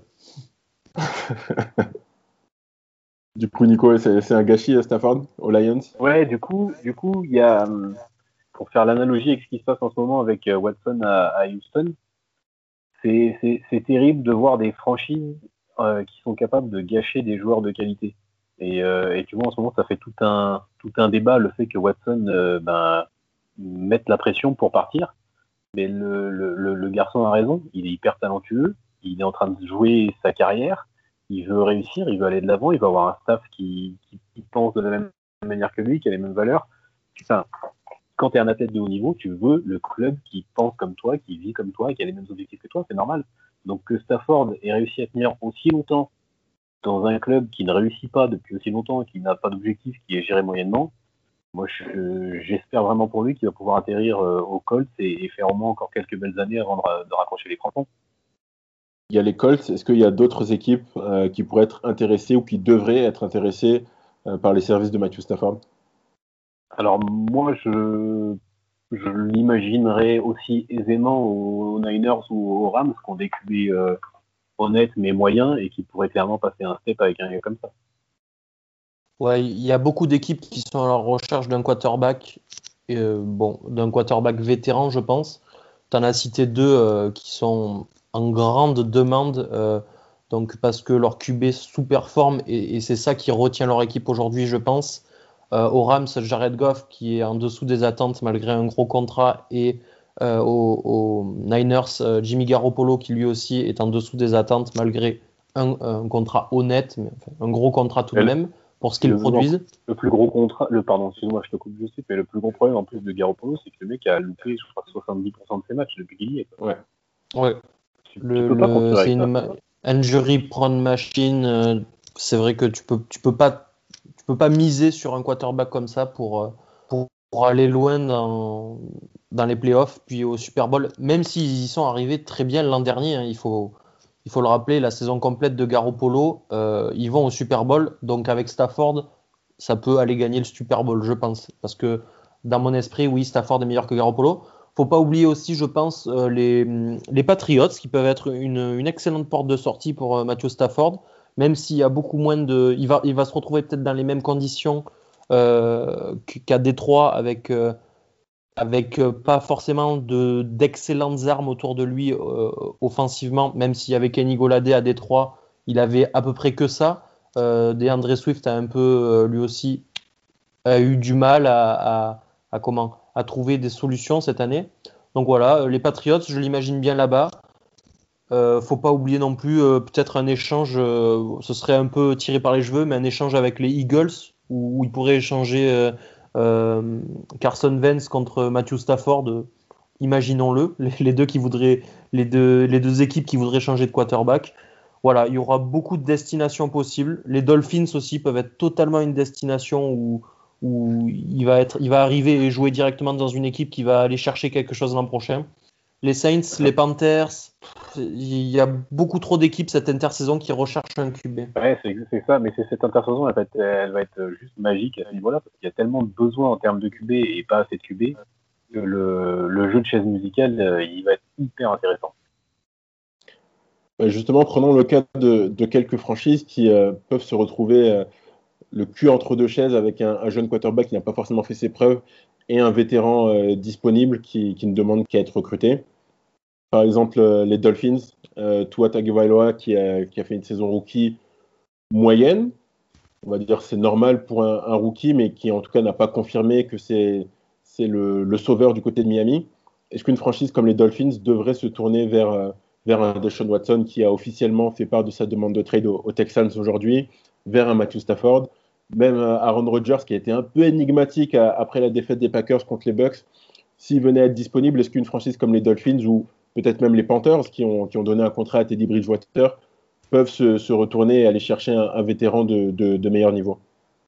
Du coup, Nico, c'est un gâchis à Stafford, aux Lions? Ouais, du coup, il y a, pour faire l'analogie avec ce qui se passe en ce moment avec Watson à Houston, c'est terrible de voir des franchises qui sont capables de gâcher des joueurs de qualité. Et tu vois, en ce moment, ça fait tout un débat, le fait que Watson mette la pression pour partir. Mais le garçon a raison, il est hyper talentueux, il est en train de jouer sa carrière, il veut réussir, il veut aller de l'avant, il va avoir un staff qui pense de la même manière que lui, qui a les mêmes valeurs. Putain, quand tu es un athlète de haut niveau, tu veux le club qui pense comme toi, qui vit comme toi et qui a les mêmes objectifs que toi, c'est normal. Donc que Stafford ait réussi à tenir aussi longtemps dans un club qui ne réussit pas depuis aussi longtemps, qui n'a pas d'objectif, qui est géré moyennement, moi j'espère vraiment pour lui qu'il va pouvoir atterrir aux Colts et faire au moins encore quelques belles années avant de raccrocher les crampons. Il y a les Colts, est-ce qu'il y a d'autres équipes qui pourraient être intéressées ou qui devraient être intéressées par les services de Matthew Stafford? Alors moi je l'imaginerais aussi aisément aux Niners ou aux Rams qui ont des QB honnêtes mais moyens et qui pourraient clairement passer un step avec un gars comme ça. Ouais, il y a beaucoup d'équipes qui sont à la recherche d'un quarterback, d'un quarterback vétéran, je pense. Tu en as cité deux qui sont en grande demande, donc parce que leur QB sous-performe et c'est ça qui retient leur équipe aujourd'hui, je pense. Aux Rams, Jared Goff qui est en dessous des attentes malgré un gros contrat et aux Niners, Jimmy Garoppolo qui lui aussi est en dessous des attentes malgré un contrat honnête, mais un gros contrat tout de même pour ce qu'ils produisent. Le plus gros contrat, pardon, excuse-moi, je te coupe de suite, mais le plus gros problème en plus de Garoppolo, c'est que le mec a loupé, je crois, 70% de ses matchs depuis qu'il y est. Ouais. C'est une injury prone machine. C'est vrai que tu peux pas miser sur un quarterback comme ça pour aller loin dans les playoffs puis au Super Bowl, même s'ils y sont arrivés très bien l'an dernier, hein, il faut le rappeler, la saison complète de Garoppolo, ils vont au Super Bowl, donc avec Stafford ça peut aller gagner le Super Bowl, je pense, parce que dans mon esprit, oui, Stafford est meilleur que Garoppolo. Faut pas oublier aussi, je pense, les Patriots qui peuvent être une excellente porte de sortie pour Matthew Stafford, même s'il y a beaucoup moins de... Il va se retrouver peut-être dans les mêmes conditions qu'à Détroit, avec pas forcément d'excellentes armes autour de lui offensivement, même s'il y avait Kenny Golladay à Détroit, il avait à peu près que ça. DeAndre Swift a un peu, lui aussi, a eu du mal à trouver des solutions cette année. Donc voilà, les Patriots, je l'imagine bien là-bas. Faut pas oublier non plus peut-être un échange, ce serait un peu tiré par les cheveux, mais un échange avec les Eagles où ils pourraient échanger Carson Wentz contre Matthew Stafford. Imaginons-le, les deux équipes qui voudraient changer de quarterback. Voilà, il y aura beaucoup de destinations possibles. Les Dolphins aussi peuvent être totalement une destination où il va arriver et jouer directement dans une équipe qui va aller chercher quelque chose l'an prochain. Les Saints, les Panthers, il y a beaucoup trop d'équipes cette intersaison qui recherchent un QB. Ouais, c'est ça, mais cette intersaison, elle va être juste magique à ce niveau-là, parce qu'il y a tellement de besoins en termes de QB et pas assez de QB, que le jeu de chaise musicale, il va être hyper intéressant. Justement, prenons le cas de quelques franchises qui peuvent se retrouver le cul entre deux chaises avec un jeune quarterback qui n'a pas forcément fait ses preuves et un vétéran disponible qui ne demande qu'à être recruté. Par exemple, les Dolphins, Tua Tagovailoa qui a fait une saison rookie moyenne. On va dire c'est normal pour un rookie, mais qui en tout cas n'a pas confirmé que c'est le sauveur du côté de Miami. Est-ce qu'une franchise comme les Dolphins devrait se tourner vers un Deshaun Watson qui a officiellement fait part de sa demande de trade aux Texans aujourd'hui, vers un Matthew Stafford, même Aaron Rodgers qui a été un peu énigmatique après la défaite des Packers contre les Bucks, s'il venait à être disponible, est-ce qu'une franchise comme les Dolphins ou peut-être même les Panthers qui ont donné un contrat à Teddy Bridgewater peuvent se retourner et aller chercher un vétéran de meilleur niveau?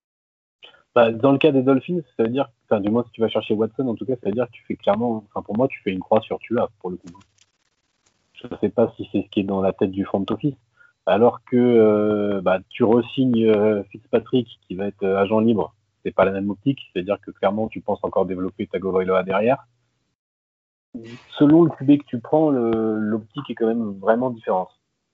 Dans le cas des Dolphins, ça veut dire, du moins si tu vas chercher Watson, en tout cas, ça veut dire que tu fais clairement, pour moi, tu fais une croix sur Tua pour le coup. Je ne sais pas si c'est ce qui est dans la tête du front office. Alors que tu re-signes Fitzpatrick qui va être agent libre, c'est pas la même optique, c'est-à-dire que clairement tu penses encore développer Tagovailoa derrière. Selon le QB que tu prends, l'optique est quand même vraiment différente.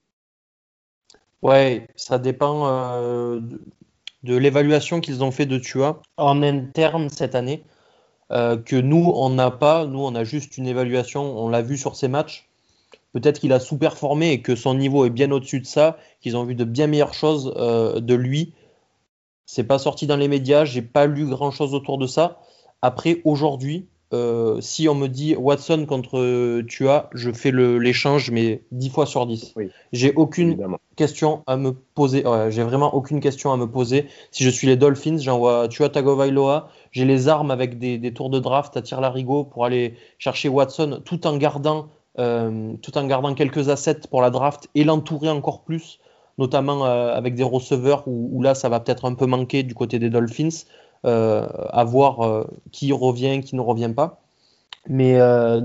Ouais, ça dépend de l'évaluation qu'ils ont fait de Tua en interne cette année, que nous on n'a pas, nous on a juste une évaluation, on l'a vu sur ces matchs. Peut-être qu'il a sous-performé et que son niveau est bien au-dessus de ça, qu'ils ont vu de bien meilleures choses de lui. C'est pas sorti dans les médias, j'ai pas lu grand-chose autour de ça. Après, aujourd'hui, si on me dit Watson contre Tua, je fais l'échange, mais 10 fois sur 10. Oui, j'ai aucune question à me poser. Ouais, j'ai vraiment aucune question à me poser. Si je suis les Dolphins, j'envoie Tua Tagovailoa. J'ai les armes avec des tours de draft à tire-larigot pour aller chercher Watson, tout en gardant quelques assets pour la draft et l'entourer encore plus, notamment avec des receveurs où là ça va peut-être un peu manquer du côté des Dolphins, à voir qui revient, qui ne revient pas. Mais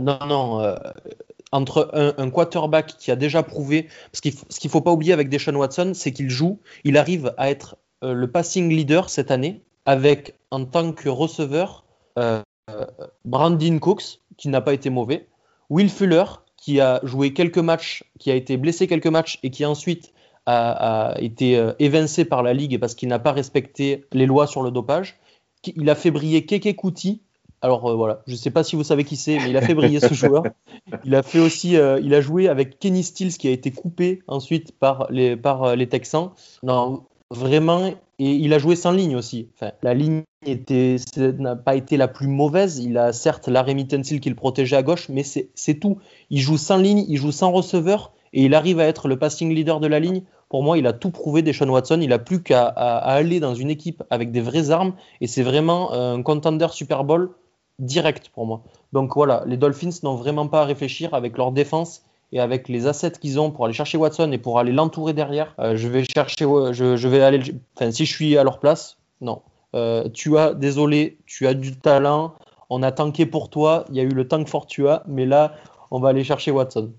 entre un quarterback qui a déjà prouvé, parce ce qu'il ne faut pas oublier avec Deshaun Watson, c'est il arrive à être le passing leader cette année avec en tant que receveur Brandon Cooks qui n'a pas été mauvais, Will Fuller, qui a joué quelques matchs, qui a été blessé quelques matchs et qui ensuite a été évincé par la Ligue parce qu'il n'a pas respecté les lois sur le dopage. Il a fait briller Keke Kuti. Alors voilà, je ne sais pas si vous savez qui c'est, mais il a fait briller ce joueur. Il a fait aussi, il a joué avec Kenny Stills qui a été coupé ensuite par les Texans. Non, vraiment, et il a joué sans ligne aussi. Enfin, la ligne n'a pas été la plus mauvaise. Il a certes Laremy Tunsil qui le protégeait à gauche, mais c'est tout. Il joue sans ligne, il joue sans receveur, et il arrive à être le passing leader de la ligne. Pour moi, il a tout prouvé, Deshaun Watson. Il n'a plus qu'à aller dans une équipe avec des vraies armes, et c'est vraiment un contender Super Bowl direct pour moi. Donc voilà, les Dolphins n'ont vraiment pas à réfléchir avec leur défense et avec les assets qu'ils ont pour aller chercher Watson et pour aller l'entourer derrière. Je vais aller, si je suis à leur place, non. Désolé, tu as du talent, on a tanké pour toi, il y a eu le tank for Tua, mais là, on va aller chercher Watson.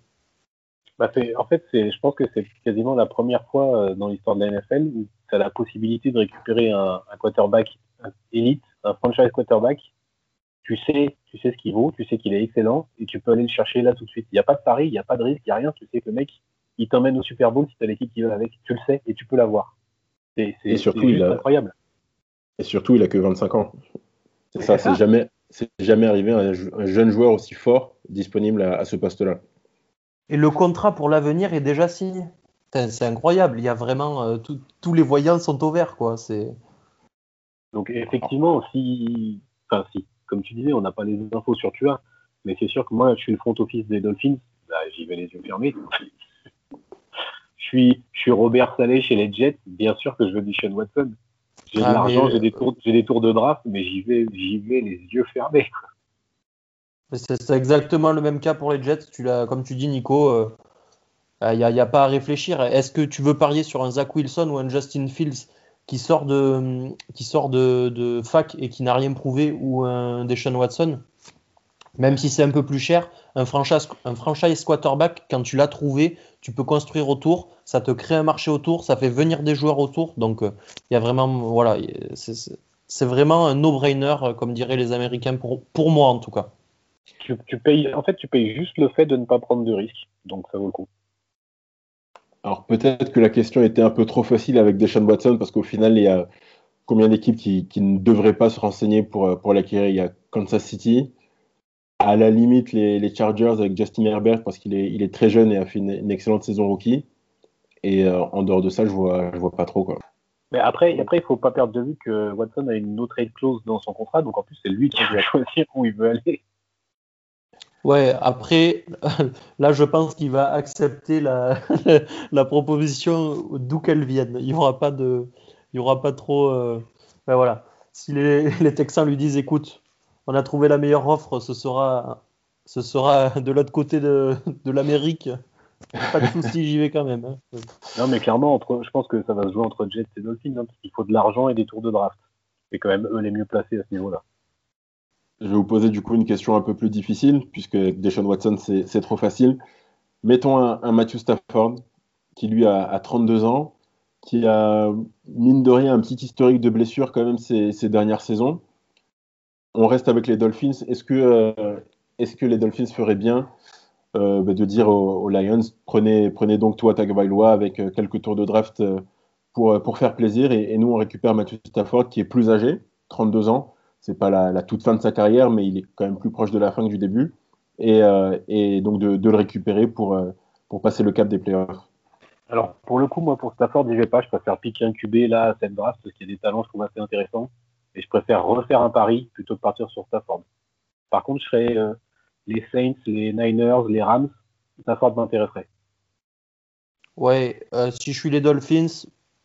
Je pense que c'est quasiment la première fois dans l'histoire de la NFL où tu as la possibilité de récupérer un quarterback élite, un franchise quarterback. Tu sais ce qu'il vaut, tu sais qu'il est excellent et tu peux aller le chercher là tout de suite. Il n'y a pas de pari, il n'y a pas de risque, il n'y a rien. Tu sais que le mec, il t'emmène au Super Bowl si tu as l'équipe qui va avec. Tu le sais et tu peux l'avoir. C'est incroyable. Et surtout, il a que 25 ans. C'est ça, c'est jamais arrivé un jeune joueur aussi fort disponible à ce poste-là. Et le contrat pour l'avenir est déjà signé. C'est incroyable. Il y a vraiment tous les voyants sont au vert, quoi. Donc effectivement, si, comme tu disais, on n'a pas les infos sur Tua, mais c'est sûr que moi, je suis le front office des Dolphins, bah, j'y vais les yeux fermés. Je suis Robert Saleh chez les Jets, bien sûr que je veux du Sean Watson. J'ai de l'argent, j'ai des tours de draft, mais j'y vais les yeux fermés. C'est exactement le même cas pour les Jets. Comme tu dis, Nico, il n'y a pas à réfléchir. Est-ce que tu veux parier sur un Zach Wilson ou un Justin Fields qui sort de fac et qui n'a rien prouvé, ou un Deshaun Watson? Même si c'est un peu plus cher, un franchise quarterback, quand tu l'as trouvé, tu peux construire autour, ça te crée un marché autour, ça fait venir des joueurs autour. Donc, il y a vraiment, voilà, c'est vraiment un no-brainer, comme diraient les Américains, pour moi en tout cas. Tu payes juste le fait de ne pas prendre de risques, donc ça vaut le coup. Alors peut-être que la question était un peu trop facile avec Deshaun Watson, parce qu'au final, il y a combien d'équipes qui ne devraient pas se renseigner pour l'acquérir? Il y a Kansas City, à la limite les Chargers avec Justin Herbert, parce qu'il est très jeune et a fait une excellente saison rookie. Et en dehors de ça, je vois pas trop, quoi. Mais après, il faut pas perdre de vue que Watson a une no trade clause dans son contrat, donc en plus c'est lui qui va choisir où il veut aller. Ouais, après, là, je pense qu'il va accepter la proposition d'où qu'elle vienne. Il y aura pas trop. Ben voilà. Si les Texans lui disent, écoute, on a trouvé la meilleure offre, ce sera de l'autre côté de l'Amérique. Pas de souci, j'y vais quand même. Hein. Non, mais clairement, je pense que ça va se jouer entre Jets et Dolphins, hein, parce qu'il faut de l'argent et des tours de draft. C'est quand même eux les mieux placés à ce niveau-là. Je vais vous poser du coup une question un peu plus difficile, puisque Deshaun Watson, c'est trop facile. Mettons un Matthew Stafford, qui lui a 32 ans, qui a, mine de rien, un petit historique de blessures quand même ces dernières saisons. On reste avec les Dolphins. Est-ce que les Dolphins feraient bien de dire aux Lions, prenez donc Tua Tagovailoa avec quelques tours de draft pour faire plaisir, et nous on récupère Matthew Stafford qui est plus âgé, 32 ans. C'est pas la toute fin de sa carrière, mais il est quand même plus proche de la fin que du début, et donc de le récupérer pour passer le cap des playoffs. Alors pour le coup, moi pour Stafford, j'y vais pas. Je préfère piquer un QB là à cette draft parce qu'il y a des talents, je trouve assez intéressants, et je préfère refaire un pari plutôt que partir sur Stafford. Par contre, je serais les Saints, les Niners, les Rams, Stafford m'intéresserait. Ouais, si je suis les Dolphins,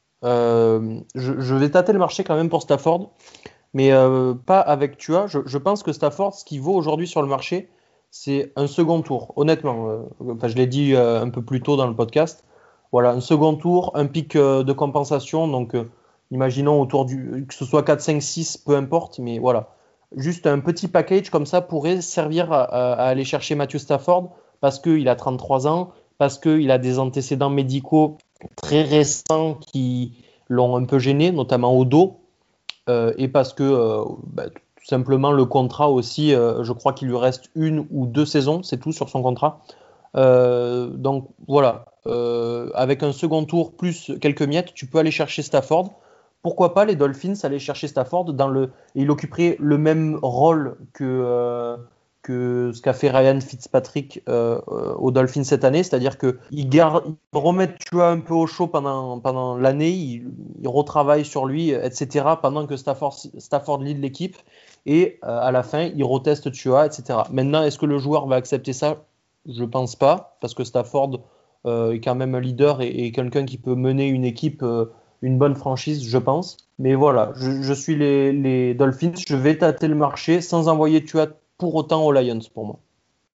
je vais tâter le marché quand même pour Stafford, mais pas avec Tua. Je pense que Stafford, ce qu'il vaut aujourd'hui sur le marché, c'est un second tour, honnêtement. Je l'ai dit un peu plus tôt dans le podcast. Voilà, un second tour, un pic de compensation, donc imaginons autour que ce soit 4, 5, 6, peu importe, mais voilà. Juste un petit package comme ça pourrait servir à aller chercher Matthew Stafford, parce qu'il a 33 ans, parce qu'il a des antécédents médicaux très récents qui l'ont un peu gêné, notamment au dos, et parce que tout simplement le contrat aussi, je crois qu'il lui reste 1 ou 2 saisons, c'est tout sur son contrat. Donc voilà, avec un second tour plus quelques miettes, tu peux aller chercher Stafford. Pourquoi pas les Dolphins aller chercher Stafford et il occuperait le même rôle que ce qu'a fait Ryan Fitzpatrick aux Dolphins cette année, c'est-à-dire qu'il remet Tua un peu au chaud pendant l'année, il retravaille sur lui, etc., pendant que Stafford lead l'équipe, et à la fin, il reteste Tua, etc. Maintenant, est-ce que le joueur va accepter ça? Je pense pas, parce que Stafford est quand même un leader et quelqu'un qui peut mener une équipe, une bonne franchise, je pense. Mais voilà, je suis les Dolphins, je vais tâter le marché sans envoyer Tua pour autant aux Lions pour moi.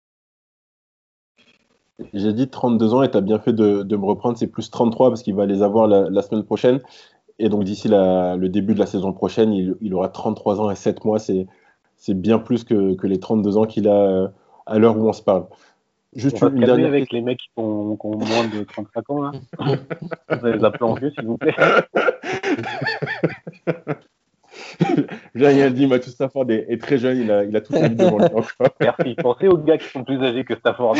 J'ai dit 32 ans et tu as bien fait de me reprendre, c'est plus 33 parce qu'il va les avoir la semaine prochaine. Et donc d'ici le début de la saison prochaine, il aura 33 ans et 7 mois. C'est bien plus que les 32 ans qu'il a à l'heure où on se parle. Juste une dernière avec les mecs qui ont moins de 35 ans là. Vous allez les appeler en vieux, s'il vous plaît. J'ai rien dit, Matthew Stafford est très jeune, il a toute sa vie devant lui encore. Merci. Pensez aux gars qui sont plus âgés que Stafford.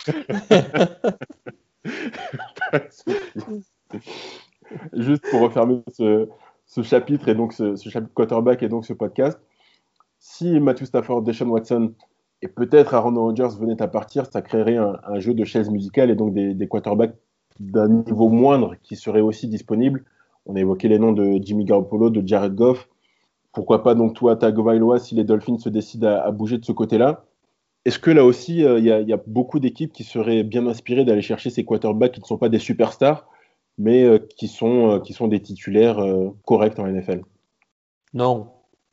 Juste pour refermer ce chapitre et donc ce chapitre quarterback et donc ce podcast, si Matthew Stafford, Deshaun Watson et peut-être Aaron Rodgers venaient à partir, ça créerait un jeu de chaises musicales et donc des quarterbacks d'un niveau moindre qui seraient aussi disponibles. On a évoqué les noms de Jimmy Garoppolo, de Jared Goff. Pourquoi pas donc Tua Tagovailoa si les Dolphins se décident à bouger de ce côté-là. Est-ce que là aussi, il y a beaucoup d'équipes qui seraient bien inspirées d'aller chercher ces quarterbacks qui ne sont pas des superstars, mais qui sont des titulaires corrects en NFL? Non.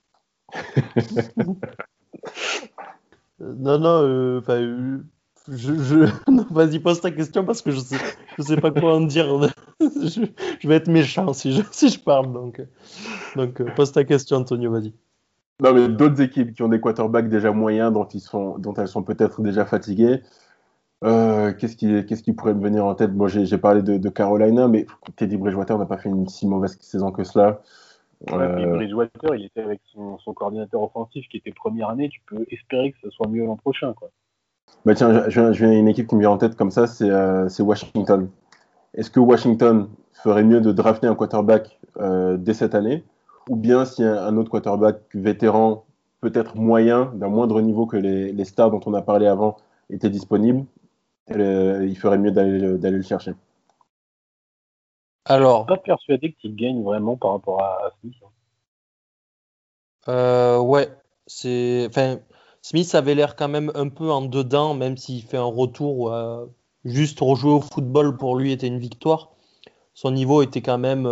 Non, non, vas-y, pose ta question parce que je sais pas quoi en dire. je vais être méchant si je parle, donc pose ta question, Antonio, vas-y. Non, mais d'autres équipes qui ont des quarterbacks déjà moyens, dont elles sont peut-être déjà fatiguées. Qu'est-ce qui pourrait me venir en tête? Moi, j'ai parlé de Carolina, mais Teddy Bridgewater n'a pas fait une si mauvaise saison que cela. Puis Bridgewater, il était avec son coordinateur offensif qui était première année. Tu peux espérer que ce soit mieux l'an prochain, quoi. Bah tiens, je viens une équipe qui me vient en tête comme ça, c'est Washington. Est-ce que Washington ferait mieux de drafter un quarterback dès cette année, ou bien si un autre quarterback vétéran, peut-être moyen, d'un moindre niveau que les stars dont on a parlé avant, était disponible, il ferait mieux d'aller le chercher? Alors, Je suis pas persuadé qu'il gagne vraiment par rapport à Smith. ouais, Smith avait l'air quand même un peu en dedans, même s'il fait un retour où juste rejouer au football pour lui était une victoire. Son niveau était quand même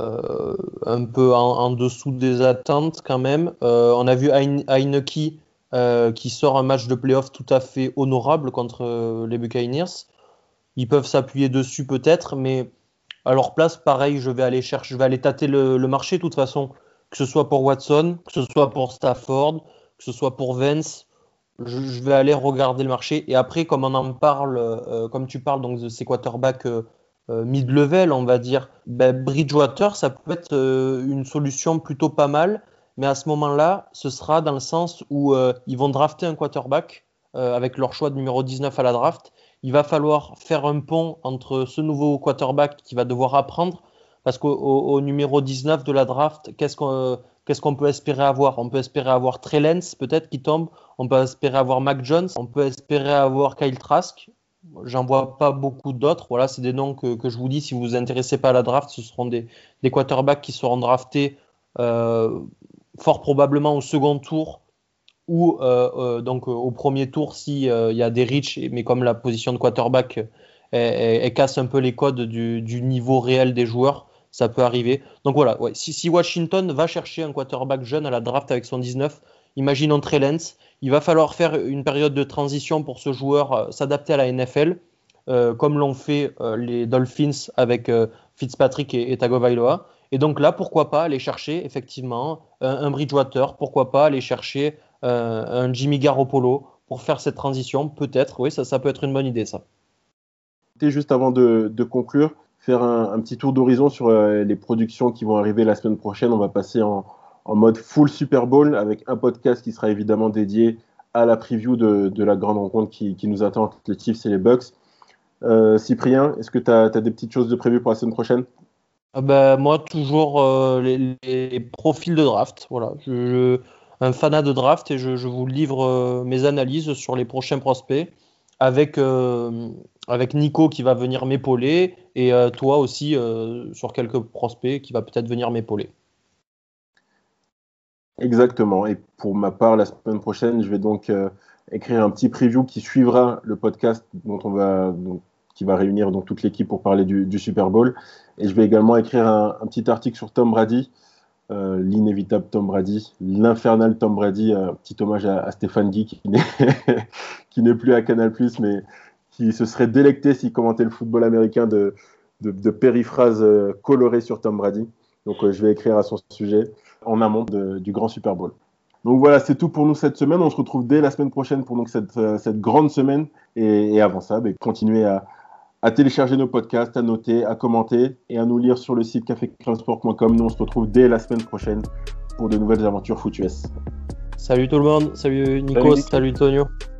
un peu en dessous des attentes quand même. On a vu Heineke qui sort un match de play-off tout à fait honorable contre les Buccaneers. Ils peuvent s'appuyer dessus peut-être, mais à leur place, pareil, je vais aller tâter le marché de toute façon, que ce soit pour Watson, que ce soit pour Stafford, que ce soit pour Vance. Je vais aller regarder le marché. Et après, comme on en parle, comme tu parles donc de ces quarterbacks mid-level, on va dire, Bridgewater, ça peut être une solution plutôt pas mal. Mais à ce moment-là, ce sera dans le sens où ils vont drafter un quarterback avec leur choix de numéro 19 à la draft. Il va falloir faire un pont entre ce nouveau quarterback qui va devoir apprendre, parce qu'au numéro 19 de la draft, qu'est-ce qu'on peut espérer avoir? On peut espérer avoir Trey Lance peut-être qui tombe, on peut espérer avoir Mac Jones, on peut espérer avoir Kyle Trask. J'en vois pas beaucoup d'autres. Voilà, c'est des noms que je vous dis. Si vous vous intéressez pas à la draft, ce seront des quarterbacks qui seront draftés fort probablement au second tour ou donc au premier tour si y a des reach, mais comme la position de quarterback elle casse un peu les codes du niveau réel des joueurs, ça peut arriver. Donc voilà, ouais, si Washington va chercher un quarterback jeune à la draft avec son 19, imaginons Trey Lance, il va falloir faire une période de transition pour ce joueur s'adapter à la NFL, comme l'ont fait les Dolphins avec Fitzpatrick et Tagovailoa. Et donc là, pourquoi pas aller chercher effectivement un Bridgewater, pourquoi pas aller chercher un Jimmy Garoppolo pour faire cette transition, peut-être, oui, ça peut être une bonne idée, ça. Juste avant de conclure, faire un petit tour d'horizon sur les productions qui vont arriver la semaine prochaine. On va passer en mode full Super Bowl avec un podcast qui sera évidemment dédié à la preview de la grande rencontre qui nous attend entre les Chiefs et les Bucks. Cyprien, est-ce que tu as des petites choses de prévues pour la semaine prochaine? Moi, toujours les profils de draft. Voilà, un fanat de draft et je vous livre mes analyses sur les prochains prospects avec Nico qui va venir m'épauler et toi aussi sur quelques prospects qui va peut-être venir m'épauler. Exactement. Et pour ma part, la semaine prochaine, je vais donc écrire un petit preview qui suivra le podcast qui va réunir donc toute l'équipe pour parler du Super Bowl. Et je vais également écrire un petit article sur Tom Brady, l'inévitable Tom Brady, l'infernal Tom Brady, un petit hommage à Stéphane Guy qui n'est plus à Canal+, mais qui se serait délecté s'il commentait le football américain de périphrases colorées sur Tom Brady. Donc je vais écrire à son sujet en amont du grand Super Bowl. Donc voilà, c'est tout pour nous cette semaine. On se retrouve dès la semaine prochaine pour donc cette grande semaine. Et avant ça, continuez à télécharger nos podcasts, à noter, à commenter et à nous lire sur le site cafécrèmesport.com. Nous, on se retrouve dès la semaine prochaine pour de nouvelles aventures foot US. Salut tout le monde, salut Nico, salut Tonio.